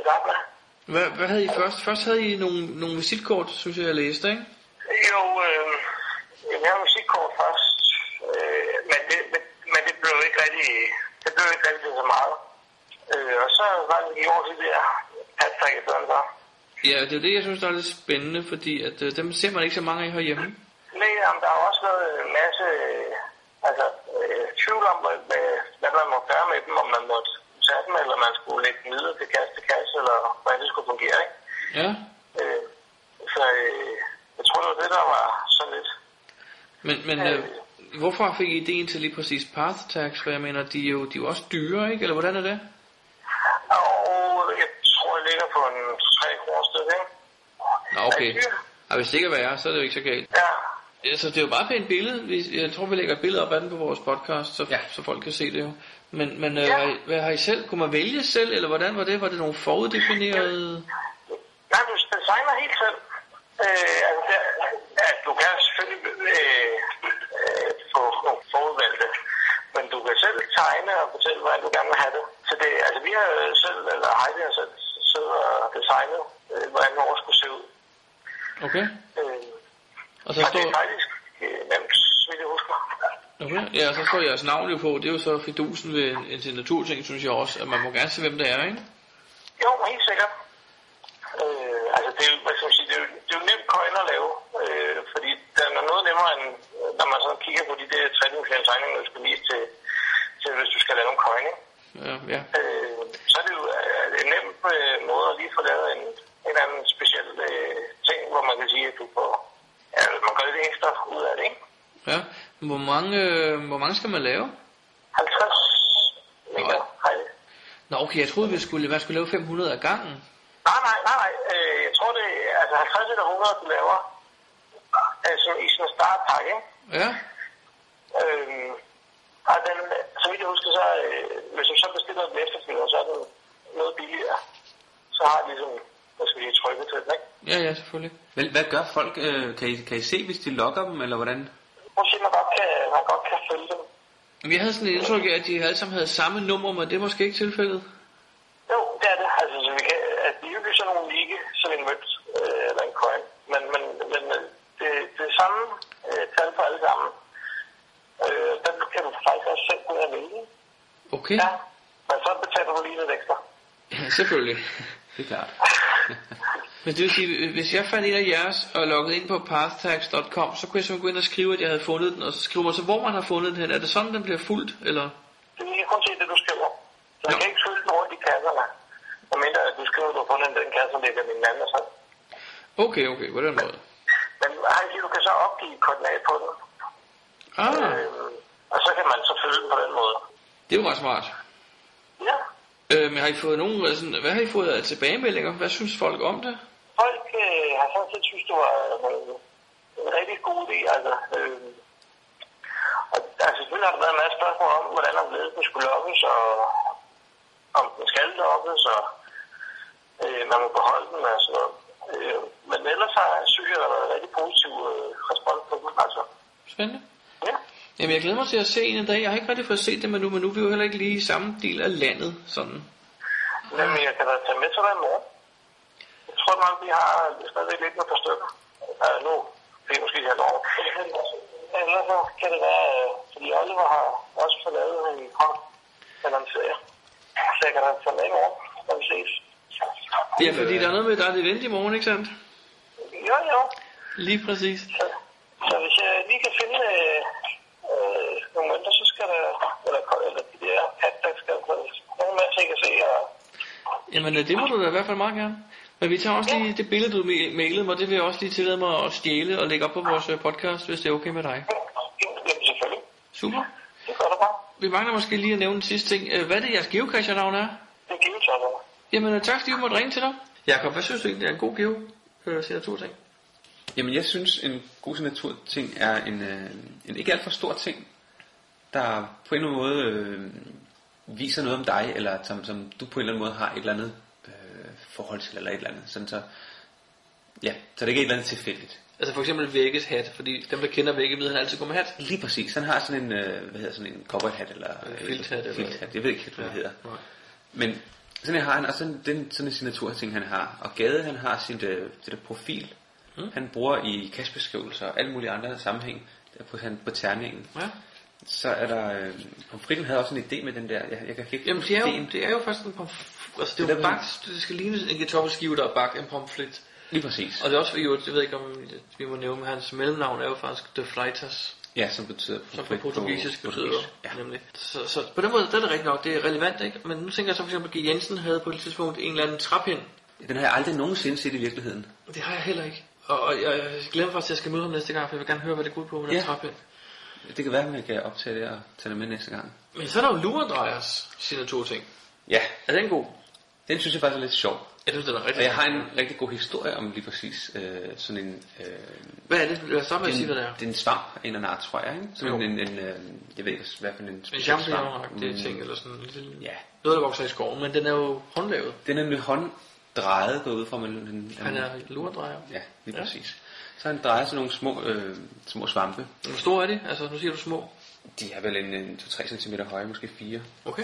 [SPEAKER 6] gang med.
[SPEAKER 2] Hvad, hvad havde I først? Først havde I nogle, nogle visitkort, synes jeg, jeg læste, ikke?
[SPEAKER 6] Jo, øh, jeg havde musikkort først, øh, men, det, men, men det blev ikke rigtig, det blev ikke rigtig så meget. Øh, og så var det i år de der hashtag i stedet for.
[SPEAKER 2] Ja, det er det, jeg synes, der er lidt spændende, fordi at, øh, dem ser man ikke så mange af herhjemme.
[SPEAKER 6] Nej, jamen, der har også været en masse øh, altså, øh, tvivl om, med, med, hvad man må gøre med dem, om man måtte tage dem, eller man skulle lægge dem videre til kasse til kasse, eller hvordan det skulle fungere, ikke?
[SPEAKER 2] Ja.
[SPEAKER 6] Øh, så øh, jeg tror, det var det, der var så lidt.
[SPEAKER 2] Men, men øh, hvorfor fik I ideen til lige præcis path tags? For jeg mener, de er jo, de er jo også dyre, ikke? Eller hvordan er det?
[SPEAKER 6] Og jeg tror, jeg ligger på en tre kroner stykke, ikke?
[SPEAKER 2] Nå, okay. Og hvis det ikke er værre, så er det jo ikke så galt.
[SPEAKER 6] Ja.
[SPEAKER 2] Altså, det er jo bare et billede. Jeg tror, vi lægger et billede op af den på vores podcast, så, ja. så folk kan se det jo. Men, men øh,
[SPEAKER 6] ja.
[SPEAKER 2] hvad, hvad har I selv? Kunne man vælge selv, eller hvordan var det? Var det nogle foruddefinerede?
[SPEAKER 6] Nej, du designer helt selv. Øh, altså, der, ja, du kan selvfølgelig øh, øh, få nogle forudvalgte, men du kan selv tegne og fortælle, hvordan du gerne vil have det. Så det, altså, vi har selv, eller Heidi har selv siddet og designet, øh, hvordan vores skulle se ud.
[SPEAKER 2] Okay.
[SPEAKER 6] Øh,
[SPEAKER 2] og så
[SPEAKER 6] og
[SPEAKER 2] står...
[SPEAKER 6] det er faktisk øh, nemt, hvis jeg husker.
[SPEAKER 2] Okay, ja, og så står jeres navn jo på. Det er jo så fidusen ved en signaturting, synes jeg også, at man må gerne se, hvem det er, ikke?
[SPEAKER 6] Jo, helt sikkert. Øh, altså, det er, jo, hvad skal man sige, det er jo, det er jo nemt coin at lave, øh, fordi den er noget nemmere, end når man så kigger på de der tredimensionelle tegninger, du skal vise til, til, hvis du skal lave en coin, ikke?
[SPEAKER 2] Ja, ja.
[SPEAKER 6] Øh, så er det jo øh, en nem øh, måde at lige få lavet en, en anden speciel øh, ting, hvor man kan sige, at du får, ja, man gør lidt ekstra ud af det, ikke?
[SPEAKER 2] Ja, hvor mange, øh, hvor mange skal man lave?
[SPEAKER 6] halvtreds meter, hej.
[SPEAKER 2] Nå, okay, jeg troede, vi skulle, man skulle lave fem hundrede af gangen.
[SPEAKER 6] Nej, nej, nej, nej. Øh, jeg tror, det er altså halvtreds eller hundrede, du laver altså, i sådan en startpakke, ikke?
[SPEAKER 2] Ja.
[SPEAKER 6] Øhm, og den, så vidt jeg husker, så øh, hvis du så bestiller den efterfølgende, så er den noget billigere. Så har de ligesom, hvad skal vi sige, trykket til den, ikke?
[SPEAKER 2] Ja, ja, selvfølgelig.
[SPEAKER 1] Men hvad gør folk? Øh, kan, I, kan I se, hvis de logger dem, eller hvordan?
[SPEAKER 6] Prøv at sige, man godt kan, man godt kan følge dem.
[SPEAKER 2] Jeg havde sådan et indtryk af, at de alle sammen havde samme nummer, men det er måske ikke tilfældet.
[SPEAKER 6] Jo, det er det. Altså, så vi kan, at de er jo sådan nogle ligge, som en mønt øh, eller en coin. Men, men, men det, det er samme øh, tal for alle sammen. Øh, den kan du faktisk også selv gå ned og vælge.
[SPEAKER 2] Okay.
[SPEAKER 6] Ja, men så betaler du lige lidt ekstra.
[SPEAKER 2] Ja, selvfølgelig.
[SPEAKER 1] Det er klart.
[SPEAKER 2] Men det vil sige, hvis jeg fandt en af jeres og loggede ind på pathtags punktum com, så kunne jeg simpelthen gå ind og skrive, at jeg havde fundet den, og så skriver man så, hvor man har fundet den hen. Er det sådan, den bliver fuldt, eller?
[SPEAKER 6] Det er kun se det, du skriver. Så du kan ikke følge den rundt i kasserne. Og mindre, at du skriver, at du har fundet den kasse, som ligger min anden og sådan.
[SPEAKER 2] Okay, okay, på den måde.
[SPEAKER 6] Men Heidi, du kan så opgive koordinat på den.
[SPEAKER 2] Ah.
[SPEAKER 6] Øh, og så kan man så følge den på den måde.
[SPEAKER 2] Det er jo meget smart.
[SPEAKER 6] Ja.
[SPEAKER 2] Øh, men har I fået nogen, altså, hvad har I fået af tilbagemeldinger? Hvad synes folk om det?
[SPEAKER 6] Folk øh, har sådan set synes, det var øh, en rigtig god idé. Altså, øh, og, altså, selvfølgelig har der været en masse spørgsmål om, hvordan om den skulle logges, og om den skal logges, og øh, man må beholde den og sådan noget. Øh, men ellers har jeg synes, at der har været en rigtig positiv øh, respons på den. Altså.
[SPEAKER 2] Spændende.
[SPEAKER 6] Ja.
[SPEAKER 2] Jamen, jeg glæder mig til at se en dag. Jeg har ikke rigtig fået set det med nu, men nu er vi jo heller ikke lige i samme del af landet, sådan.
[SPEAKER 6] Jamen, jeg kan da tage med til dig i morgen. Jeg tror nok, vi har stadigvæk lidt med et par stykker. Altså, nu det er måske her år. Ellers så kan det være, fordi Oliver har også fået lavet en hånd eller en serie. Så jeg kan da tage med i morgen, når vi ses.
[SPEAKER 2] Det er fordi, der er noget med, der er et event i morgen, ikke sandt?
[SPEAKER 6] Jo, jo.
[SPEAKER 2] Lige præcis.
[SPEAKER 6] Så, så hvis jeg lige kan finde øh, øh, nogle mønter, så skal der, eller, eller de der hat, skal der nogle med ting at se. Og...
[SPEAKER 2] Jamen, det må du da i hvert fald meget gerne. Men vi tager også lige det billede, du mailede mig, det vil jeg også lige tillade mig at stjæle og lægge op på vores podcast, hvis det er okay med dig.
[SPEAKER 6] Jamen, selvfølgelig.
[SPEAKER 2] Super.
[SPEAKER 6] Det gør det bare.
[SPEAKER 2] Vi mangler måske lige at nævne den sidste ting. Hvad er det, jeres geocacher-navn er?
[SPEAKER 6] Det er geocacher.
[SPEAKER 2] Jamen, tak fordi du måtte ringe til dig. Jakob, hvad synes du egentlig er en god geo-signaturting?
[SPEAKER 1] Jamen, jeg synes, en god signaturting er en, øh, en ikke alt for stor ting, der på en eller anden måde øh, viser noget om dig, eller som, som du på en eller anden måde har et eller andet øh, forhold til, eller et eller andet. Sådan så, ja, så det ikke er et eller andet tilfældigt.
[SPEAKER 2] Altså for eksempel Vækkes hat, fordi dem der kender Vække ved, at han altid går med hat.
[SPEAKER 1] Lige præcis, han har sådan en, øh, hvad hedder sådan en cowboyhat, eller
[SPEAKER 2] filthat,
[SPEAKER 1] filthat, jeg ved ikke, hvad det hedder.
[SPEAKER 2] Nej.
[SPEAKER 1] Men Sådan har han, og sådan, den, sådan en signaturting han har. Og Gade han har sin det, det der profil. Mm. Han bruger i kastbeskrivelser og alle mulige andre sammenhæng der på, han, på terningen.
[SPEAKER 2] Ja.
[SPEAKER 1] Så er der... Øh, pomfritten havde også en idé med den der... Jeg, jeg kan ikke...
[SPEAKER 2] Jamen det er, jo, det er jo faktisk en pomfrit. Altså det er jo bagt, det skal ligne en kartoffelskive, der er bagt, en pomfrit.
[SPEAKER 1] Lige præcis.
[SPEAKER 2] Og det er også, jo, jeg ved ikke om vi må nævne, men hans mellemnavn er jo faktisk De Freitas.
[SPEAKER 1] Ja, som betyder...
[SPEAKER 2] Som på portugisisk
[SPEAKER 1] på,
[SPEAKER 2] betyder,
[SPEAKER 1] ja.
[SPEAKER 2] Nemlig. Så, så på den måde, det er det rigtigt nok, det er relevant, ikke? Men nu tænker jeg så for eksempel, at G. Jensen havde på et tidspunkt en eller anden træpind.
[SPEAKER 1] Den har jeg aldrig nogensinde set i virkeligheden.
[SPEAKER 2] Det har jeg heller ikke. Og, og jeg, jeg glemmer faktisk, at jeg skal møde ham næste gang, for jeg vil gerne høre, hvad det går ud på med
[SPEAKER 1] ja.
[SPEAKER 2] den træpind.
[SPEAKER 1] Det kan være, at man kan optage det og tage det med næste gang.
[SPEAKER 2] Men så er der jo lurendrejers signaturting.
[SPEAKER 1] Ja.
[SPEAKER 2] Er den god?
[SPEAKER 1] Den synes jeg faktisk er lidt sjov.
[SPEAKER 2] Jeg synes, den er rigtig.
[SPEAKER 1] Og jeg har en rigtig god historie om lige præcis øh, sådan en... Øh,
[SPEAKER 2] hvad er det? Lad os starte med at sige, hvad det er.
[SPEAKER 1] Det er en svamp af en eller anden art, tror jeg. Ikke? Sådan en, en, øh, jeg ved ikke, hvad for en...
[SPEAKER 2] En champignon-agtig ting, eller sådan en
[SPEAKER 1] ja.
[SPEAKER 2] Noget, der vokser i skoven, men den er jo håndlavet.
[SPEAKER 1] Den er nemlig hånddrejet, gået ud fra... En, en,
[SPEAKER 2] han er lurendrejer.
[SPEAKER 1] Ja, lige ja. præcis. Så han drejer sådan nogle små, øh, små svampe.
[SPEAKER 2] Hvor store er de? Altså, nu siger du små.
[SPEAKER 1] De er vel en, en to til tre centimeter høje, måske fire.
[SPEAKER 2] Okay.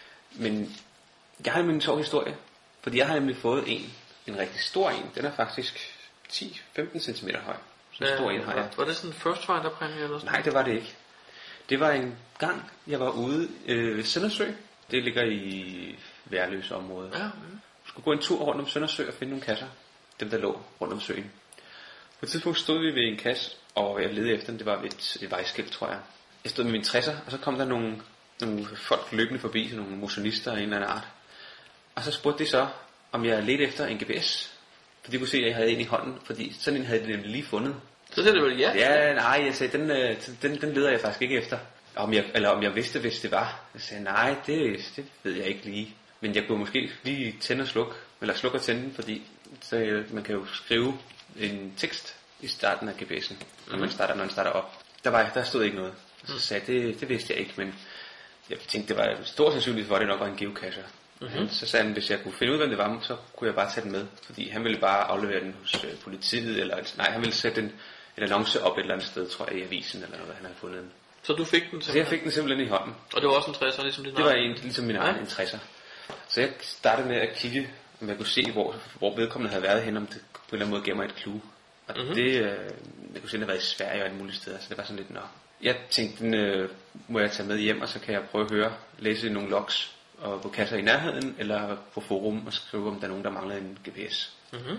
[SPEAKER 1] Men jeg har en sjov historie. Fordi jeg har nemlig fået en, en rigtig stor en. Den er faktisk ti til femten centimeter høj. Så en stor en har jeg.
[SPEAKER 2] Var det sådan en first finder præmie eller sådan?
[SPEAKER 1] Nej, det var det ikke. Det var en gang, jeg var ude øh, ved Søndersø. Det ligger i Værløse område.
[SPEAKER 2] Ja.
[SPEAKER 1] Jeg skulle gå en tur rundt om Søndersø og finde nogle kasser. Dem, der lå rundt om søen. På et tidspunkt stod vi ved en kasse, og jeg ledte efter den. Det var ved et, et vejskilt, tror jeg. Jeg stod med min tresser, og så kom der nogle, nogle folk løbende forbi, sådan nogle motionister af en eller anden art. Og så spurgte de så, om jeg ledte efter en G P S. For de kunne se, at jeg havde en i hånden, fordi sådan en havde de nemlig lige fundet.
[SPEAKER 2] Så sagde det vel ja?
[SPEAKER 1] Ja, nej, jeg sagde, den, den, den leder jeg faktisk ikke efter. Om jeg, eller om jeg vidste, hvis det var. Jeg sagde, nej, det, det ved jeg ikke lige. Men jeg kunne måske lige tænde og slukke, eller slukke og tænde den, fordi så, man kan jo skrive en tekst i starten af G P S'en, når man starter, når man starter op. Der, var, der stod ikke noget. Så sagde jeg, det, det vidste jeg ikke, men jeg tænkte, det var stor sandsynlighed for, at det nok var en geocacher. Mm-hmm. Så sagde han, hvis jeg kunne finde ud af, hvem det var, så kunne jeg bare tage den med. Fordi han ville bare aflevere den hos øh, politiet, eller nej, han ville sætte en, en annonce op et eller andet sted, tror jeg, i avisen, eller noget, han havde fundet den.
[SPEAKER 2] Så du fik den simpelthen?
[SPEAKER 1] Så jeg fik den simpelthen i hånden.
[SPEAKER 2] Og det var også en tresser, ligesom din
[SPEAKER 1] Det var en, ligesom min egen, en tresser. Så jeg startede med at kigge, om jeg kunne se, hvor, hvor vedkommende havde været hen, om det på en eller anden måde gav mig et clue. Og mm-hmm. det, øh, jeg kunne se, at det havde været i Sverige og alle mulige steder, så det var sådan lidt, nå. Jeg tænkte, den øh, må jeg tage med hjem, og så kan jeg prøve at høre, læse nogle logs, og på kasser i nærheden, eller på forum, og skrive, om der er nogen, der mangler en G P S. Mm-hmm.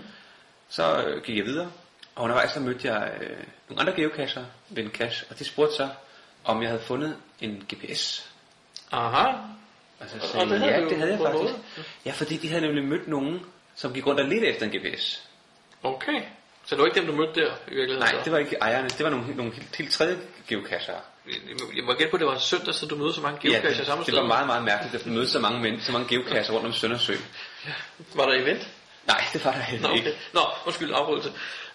[SPEAKER 1] Så øh, gik jeg videre, og undervejs så mødte jeg øh, nogle andre geocacher ved en cache, og de spurgte så, om jeg havde fundet en G P S.
[SPEAKER 2] Aha.
[SPEAKER 1] Og så sagde og det ja, det havde jeg faktisk. Måde. Ja, fordi de havde nemlig mødt nogen, som gik rundt og ledte efter en G P S.
[SPEAKER 2] Okay. Så det var ikke dem, du mødte der i virkeligheden?
[SPEAKER 1] Nej, det var ikke ejerne. Det var nogle, nogle helt, helt tredje geocachere.
[SPEAKER 2] Jeg må gætte på, at det var en søndag, så du mødte så mange geocacher
[SPEAKER 1] ja,
[SPEAKER 2] samme
[SPEAKER 1] sted.
[SPEAKER 2] sted.
[SPEAKER 1] Det var meget, meget mærkeligt, at du mødte så mange, mænd, så mange geocacher rundt om Søndersø.
[SPEAKER 2] Ja. Var der event?
[SPEAKER 1] Nej, det var der heller ikke.
[SPEAKER 2] Nå, okay. Nå, undskyld, afbrydelse.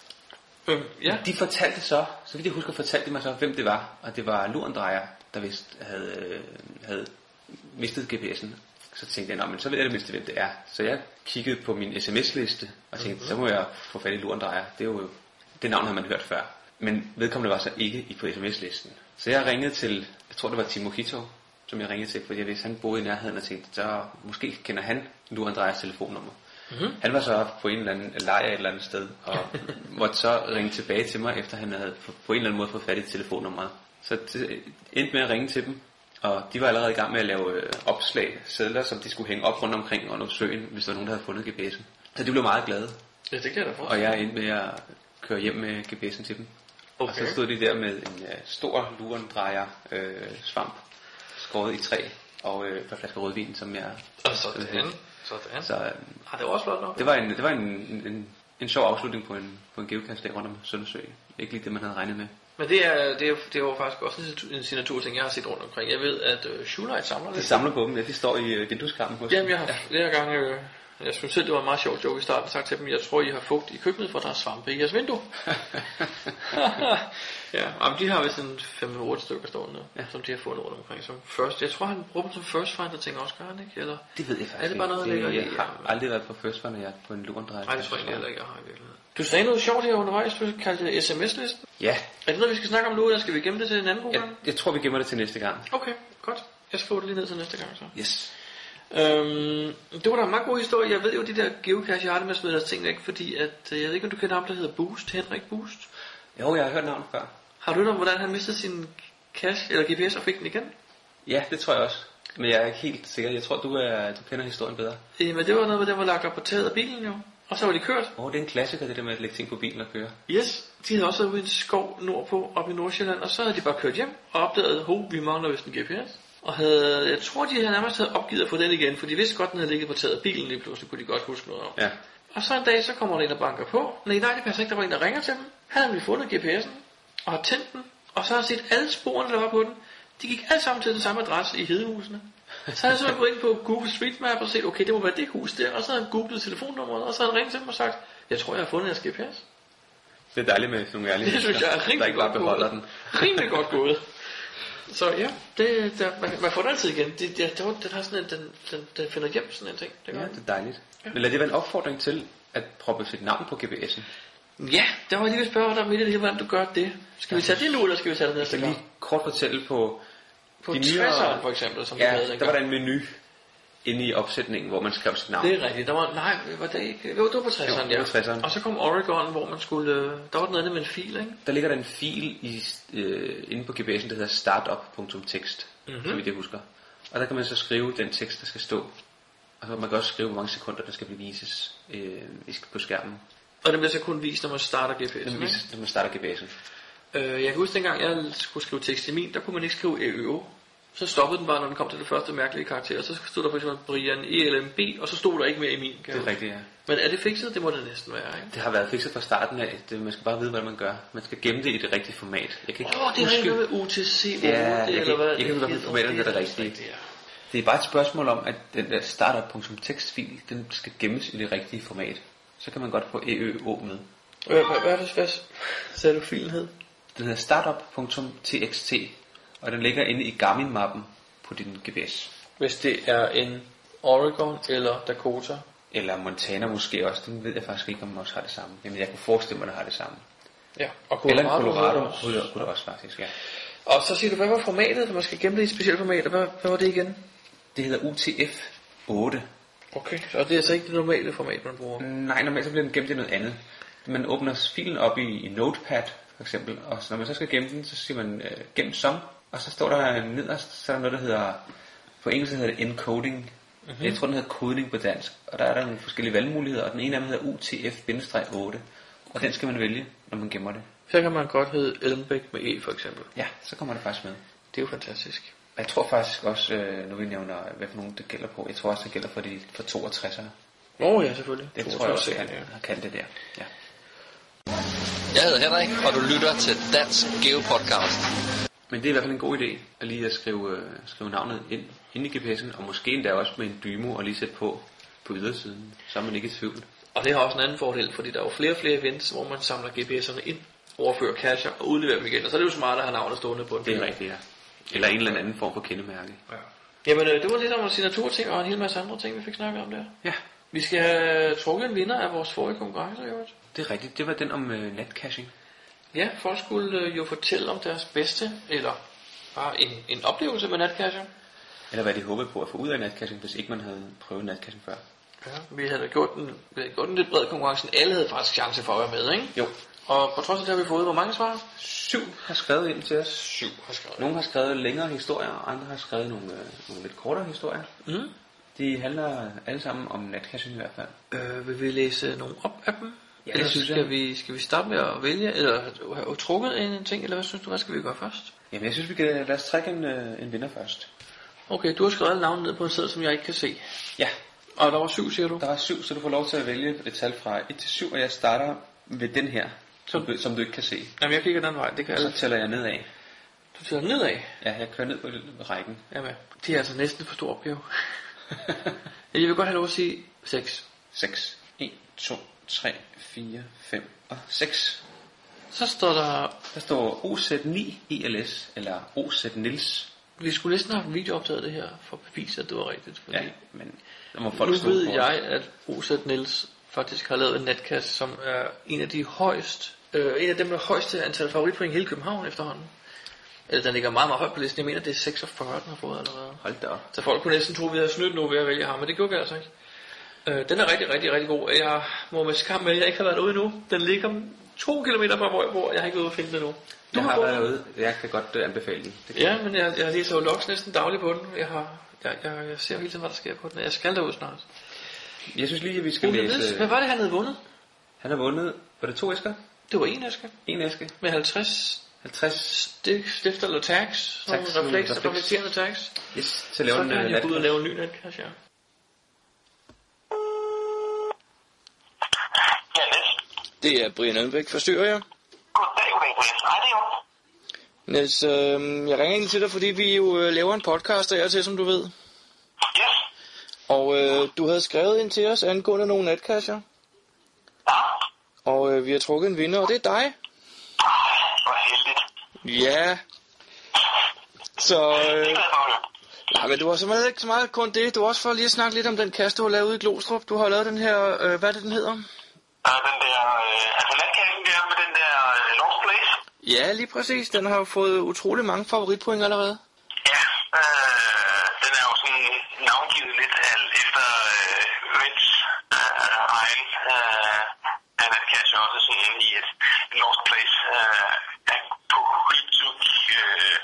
[SPEAKER 2] Øhm, ja.
[SPEAKER 1] De fortalte så, så vidt jeg husker, fortalte de mig så, hvem det var. Og det var lurendrejer, der vist havde, havde mistet G P S'en. Så tænkte jeg, nå, men så ved jeg det mindste, hvem det er. Så jeg kiggede på min sms-liste og tænkte, mm-hmm. så må jeg få fat i lurendrejer. Det er jo, det navn har man hørt før. Men vedkommende var så ikke i på sms-listen. Så jeg ringede til, jeg tror det var Timo Hito, som jeg ringede til, fordi jeg vidste, han boede i nærheden og tænkte, så måske kender han lurendrejers telefonnummer. Mm-hmm. Han var så på en eller anden lejr et eller andet sted, og måtte så ringe tilbage til mig, efter han havde på en eller anden måde fået fat i telefonnummeret. Så det endte med at ringe til dem, og de var allerede i gang med at lave øh, opslag, sedler, som de skulle hænge op rundt omkring under søen, hvis der var nogen, der havde fundet G P S'en. Så de blev meget glade.
[SPEAKER 2] Ja, det kan jeg da få.
[SPEAKER 1] Og jeg endte med at køre hjem med G P S'en til dem. Okay. Og så stod de der med en uh, stor lurendrejer øh, svamp, skåret i træ, og øh, et flaske rødvin, som jeg...
[SPEAKER 2] Og sådan. Sådan.
[SPEAKER 1] Så, øh,
[SPEAKER 2] ah, det var også flot nok.
[SPEAKER 1] Det var en, det var en, en, en sjov afslutning på en, på en geocache-dag rundt om Søndersø. Ikke lige det, man havde regnet med.
[SPEAKER 2] Men det er, det er, det er jo faktisk også en signaturting, jeg har set rundt omkring. Jeg ved, at uh, Schuleit samler det.
[SPEAKER 1] De samler på dem, ja. De står i uh, vindueskarmen hos.
[SPEAKER 2] Jamen, jeg har flere gange... Øh, jeg synes selv, det var en meget sjov joke i starten. Sagt til dem, jeg tror, I har fugt i køkkenet, for der er svampe i jeres vindue. Ja, men de har vist en fem otte stykker stående, ja. Som de har fundet rundt omkring. Som first, jeg tror, han bruger dem som first finder ting også, gør han ikke? Eller?
[SPEAKER 1] Det ved jeg faktisk
[SPEAKER 2] ikke. Er det bare noget, der ligger i?
[SPEAKER 1] Jeg har aldrig været på first finder, jeg er på en lurendrejer.
[SPEAKER 2] Nej, det tror jeg heller ikke, jeg har i virkeligheden. Du sagde noget sjovt her undervejs, du kaldte det sms-listen.
[SPEAKER 1] Ja.
[SPEAKER 2] Er det noget, vi skal snakke om nu, eller skal vi gemme det til en anden god gang?
[SPEAKER 1] Jeg, jeg tror, vi gemmer det til næste gang.
[SPEAKER 2] Okay, godt. Jeg skriver det lige ned til næste gang så.
[SPEAKER 1] Yes.
[SPEAKER 2] Øhm, det var da en meget god historie. Jeg ved jo, de der geocache, jeg har det med at smide deres ting væk, fordi at, jeg ved ikke, om du kender ham, der hedder Boost, Henrik Boost.
[SPEAKER 1] Jo, jeg har hørt navnet før.
[SPEAKER 2] Har du hørt om, hvordan han mistede sin cache, eller G P S og fik den igen?
[SPEAKER 1] Ja, det tror jeg også. Men jeg er ikke helt sikker. Jeg tror, du, er, du kender historien bedre.
[SPEAKER 2] Jamen, det var noget, hvor den var lagt op på taget af bilen jo. Og så var de kørt.
[SPEAKER 1] Åh, oh, det er en klassiker, det der med at lægge ting på bilen og køre.
[SPEAKER 2] Yes, de havde også været ude i en skov nordpå, op i Nordsjælland, og så havde de bare kørt hjem og opdaget, at vi mangler vist en G P S. Og havde, jeg tror, de havde nærmest havde opgivet at få den igen, for de vidste godt, den havde ligget på taget af bilen lige pludselig, kunne de godt huske noget om.
[SPEAKER 1] Ja. Og
[SPEAKER 2] så en dag, så kommer der en, der banker på. Nej, nej, det passer ikke, der var en, der ringer til dem. Han havde fundet G P S'en, og har tændt den, og så har set alle sporene, der var på den. De gik alle sammen til den samme adresse i Hedehusene. Så havde han så gået ind på Google Street Map og set, okay, det må være det hus der, og så havde han googlet telefonnummeret, og så havde han ringet til dem og sagt, jeg tror, jeg har fundet jeres G P S.
[SPEAKER 1] Det er dejligt med sådan nogle ærlige
[SPEAKER 2] det synes jeg er rimelig godt gået. Den. rimelig godt gået. Så ja, det, der, man, man får det altid igen. Det, det, det, den, har sådan en, den, den, den finder hjem sådan en ting. Det
[SPEAKER 1] ja, det er dejligt. Ja. Men lad det være en opfordring til at proppe sit navn på G P S'en.
[SPEAKER 2] Ja, der var jeg lige ved at spørge dig midt i det her, hvordan du gør det. Skal vi tage det nu, eller skal vi tage det næste gang?
[SPEAKER 1] Jeg kan lige kort fortælle på...
[SPEAKER 2] På tresseren for eksempel, som
[SPEAKER 1] ja,
[SPEAKER 2] du havde
[SPEAKER 1] der, der var der en menu inde i opsætningen, hvor man skrev sit navn.
[SPEAKER 2] Det er rigtigt. Der var, nej, var det ikke? Jo, det var på tresseren, ja. tresseren. Og så kom Oregon, hvor man skulle... Der var noget med en fil, ikke?
[SPEAKER 1] Der ligger der en fil i, øh, inde på G P S'en, der hedder startup punktum text,
[SPEAKER 2] mm-hmm.
[SPEAKER 1] som vi det husker. Og der kan man så skrive den tekst, der skal stå. Og så man kan også skrive, hvor mange sekunder, der skal bevises øh, på skærmen.
[SPEAKER 2] Og den bliver så kun vist, når man starter G P S'en,
[SPEAKER 1] den vises, når man starter G P S'en.
[SPEAKER 2] Øh, jeg kan huske, dengang jeg skulle skrive tekst i min, der kunne man ikke skrive E Ø O. Så stoppede den bare, når den kom til det første mærkelige karakter. Så stod der for eksempel Brian E L M B, og så stod der ikke mere i min.
[SPEAKER 1] Det er rigtigt, ja.
[SPEAKER 2] Men er det fikset? Det må det næsten være, ikke?
[SPEAKER 1] Det har været fikset fra starten af. Det, man skal bare vide, hvad man gør. Man skal gemme det i det rigtige format. Jeg kan ikke
[SPEAKER 2] Åh, oh, det er huske... med U T C.
[SPEAKER 1] Ja, jeg,
[SPEAKER 2] det,
[SPEAKER 1] jeg,
[SPEAKER 2] eller hvad?
[SPEAKER 1] jeg, jeg kan huske, formatet er det rigtige. Rigtigt, ja. Det er bare et spørgsmål om, at den der startup.txt-fil, den skal gemmes i det rigtige format. Så kan man godt få E Ø O med.
[SPEAKER 2] Hvad, hvad er det, hvad sagde du filen hed?
[SPEAKER 1] Den hedder startup.txt, og den ligger inde i Garmin-mappen på din G P S.
[SPEAKER 2] Hvis det er en Oregon eller Dakota?
[SPEAKER 1] Eller Montana måske også, den ved jeg faktisk ikke, om man også har det samme. Men jeg kunne forestille mig, at den har det samme.
[SPEAKER 2] Ja, og Colorado,
[SPEAKER 1] eller Colorado kunne det, kunne det også faktisk, ja.
[SPEAKER 2] Og så siger du, hvad var formatet, for man skal gemme det i et specielt format, hvad, hvad var det igen?
[SPEAKER 1] Det hedder U T F otte.
[SPEAKER 2] Okay, og det er altså ikke det normale format, man bruger?
[SPEAKER 1] Nej, normalt så bliver den gemt i noget andet. Man åbner filen op i, i Notepad, for eksempel, og når man så skal gemme den, så siger man øh, gem som, og så står der nederst, så er der noget, der hedder, på engelsk hedder det encoding, mm-hmm. Jeg tror, den hedder kodning på dansk, og der er der nogle forskellige valgmuligheder, og den ene af dem hedder U T F otte, og den skal man vælge, når man gemmer det.
[SPEAKER 2] Så kan man godt hedde Elmbæk med E, for eksempel.
[SPEAKER 1] Ja, så kommer det faktisk med.
[SPEAKER 2] Det er jo fantastisk.
[SPEAKER 1] Jeg tror faktisk også, øh, nu vi nævner, hvad for nogen det gælder på, jeg tror også, det gælder for de for toogtresere.
[SPEAKER 2] Åh oh, ja, selvfølgelig.
[SPEAKER 1] Det tror jeg også, at han kan det der. Ja.
[SPEAKER 7] Jeg hedder Henrik, og du lytter til Dansk Geo Podcast.
[SPEAKER 1] Men det er i hvert fald en god idé at lige at skrive, øh, skrive navnet ind, ind i G P S'en, og måske endda også med en dymo og lige sætte på på ydersiden, så er man ikke i tvivl.
[SPEAKER 2] Og det har også en anden fordel, fordi der er jo flere og flere events, hvor man samler G P S'erne ind, overfører cacher og udleverer dem igen, og så er det jo smart at have navnet stående på den.
[SPEAKER 1] Det er rigtigt, ja. Eller en eller anden form for kendemærke.
[SPEAKER 2] Ja. Jamen øh, det var lidt om signaturting og en hel masse andre ting, vi fik snakket om der.
[SPEAKER 1] Ja.
[SPEAKER 2] Vi skal have trukket en vinder af vores forrige konkurrence, jo.
[SPEAKER 1] Det er rigtigt, det var den om øh, netcaching.
[SPEAKER 2] Ja, folk skulle øh, jo fortælle om deres bedste, eller bare en, en oplevelse med netcaching.
[SPEAKER 1] Eller hvad de håbede på at få ud af netcaching, hvis ikke man havde prøvet netcaching før.
[SPEAKER 2] Ja, vi havde gjort en, vi havde gjort en lidt bred konkurrence, alle havde faktisk chance for at være med, ikke?
[SPEAKER 1] Jo.
[SPEAKER 2] Og på trods af det har vi fået, hvor mange svar?
[SPEAKER 1] Syv har skrevet ind til os.
[SPEAKER 2] Syv har skrevet.
[SPEAKER 1] Nogle har skrevet længere historier, og andre har skrevet nogle, øh, nogle lidt kortere historier.
[SPEAKER 2] Mm. De
[SPEAKER 1] handler alle sammen om netcaching i hvert fald.
[SPEAKER 2] Øh, vil vi læse nogle op af dem?
[SPEAKER 1] Ja,
[SPEAKER 2] eller
[SPEAKER 1] synes
[SPEAKER 2] skal, vi, skal vi starte med at vælge, eller have trukket en ting, eller hvad synes du, hvad skal vi gøre først?
[SPEAKER 1] Jamen jeg synes, vi kan lade os trække en, en vinder først.
[SPEAKER 2] Okay, du har skrevet alle navne ned på en seddel, som jeg ikke kan se.
[SPEAKER 1] Ja.
[SPEAKER 2] Og der var syv, siger du?
[SPEAKER 1] Der var syv, så du får lov til at vælge et tal fra et til syv, og jeg starter ved den her, som, som, som du ikke kan se.
[SPEAKER 2] Jamen jeg kigger den vej, det kan
[SPEAKER 1] og
[SPEAKER 2] alle.
[SPEAKER 1] Så tæller jeg nedad.
[SPEAKER 2] Du tæller nedad?
[SPEAKER 1] Ja, jeg kører ned på rækken.
[SPEAKER 2] Jamen, det er altså næsten for stor opgave. Jeg vil godt have lov at sige seks.
[SPEAKER 1] seks. en, to, tre, fire, fem og seks.
[SPEAKER 2] Så står der...
[SPEAKER 1] Der står O Z ni I L S, eller O Z Nils.
[SPEAKER 2] Vi skulle næsten have en video optaget det her, for at bevise, at det var rigtigt. Fordi
[SPEAKER 1] ja, men der må folk
[SPEAKER 2] nu
[SPEAKER 1] stå
[SPEAKER 2] ved
[SPEAKER 1] på
[SPEAKER 2] jeg, at O Z Nils faktisk har lavet en netcast, som er en af de højst, øh, en af dem med højeste antal favoritpoint i hele København efterhånden. Eller den ligger meget, meget højt på listen. Jeg mener, det er seksogfyrre, den har fået allerede.
[SPEAKER 1] Hold da op.
[SPEAKER 2] Så folk kunne næsten tro, at vi havde snydt nu ved at vælge ham, men det gjorde vi altså ikke. Øh, den er rigtig, rigtig, rigtig god. Jeg må med skam med, at jeg ikke har været ude endnu. Den ligger to kilometer fra, hvor jeg bor. Jeg har ikke været ude at finde den endnu.
[SPEAKER 1] Du jeg har været ude. Jeg kan godt uh, anbefale den. Det
[SPEAKER 2] ja, men jeg, jeg læser jo logs næsten dagligt på den. Jeg, har, jeg, jeg, jeg ser hele tiden, hvad der sker på den. Jeg skal derud snart.
[SPEAKER 1] Jeg synes lige, at vi skal Ole læse...
[SPEAKER 2] Niels, hvad var det, han havde vundet?
[SPEAKER 1] Han har vundet... Var det to æsker?
[SPEAKER 2] Det var en æske.
[SPEAKER 1] En æske.
[SPEAKER 2] Med halvtreds...
[SPEAKER 1] halvtreds
[SPEAKER 2] stifter eller tags. Tags. Refleks, reflekterende tags.
[SPEAKER 1] Yes, så laver
[SPEAKER 2] så kan jeg gå ud og lave en ny netcash, ja.
[SPEAKER 8] Det er Brian Ølbæk, forstyrrer jeg?
[SPEAKER 6] Goddag, goddag, Brian. Nej, det er jo.
[SPEAKER 8] Niels, øh, jeg ringer egentlig til dig, fordi vi jo øh, laver en podcast af jer til, som du ved.
[SPEAKER 6] Yes.
[SPEAKER 8] Og øh, du havde skrevet ind til os angående nogle netcasher.
[SPEAKER 6] Ja.
[SPEAKER 8] Og øh, vi har trukket en vinder, og det er dig.
[SPEAKER 6] Hvor heldigt.
[SPEAKER 8] Ja. Så... Øh, nej, men du har simpelthen ikke så meget kun det. Du har også for lige at snakke lidt om den kasse, du har lavet ude i Glostrup. Du har lavet den her... Øh, hvad er det, den hedder?
[SPEAKER 6] Ja, den der... Øh, altså landkassen der med den der øh, Lost Place.
[SPEAKER 8] Ja, lige præcis. Den har jo fået utrolig mange favoritpoint allerede.
[SPEAKER 6] Ja, øh, den er jo sådan navngivet lidt efter øh, Reds øh, egen øh, landkasse også sådan i et Lost Place øh, apocalyptic øh,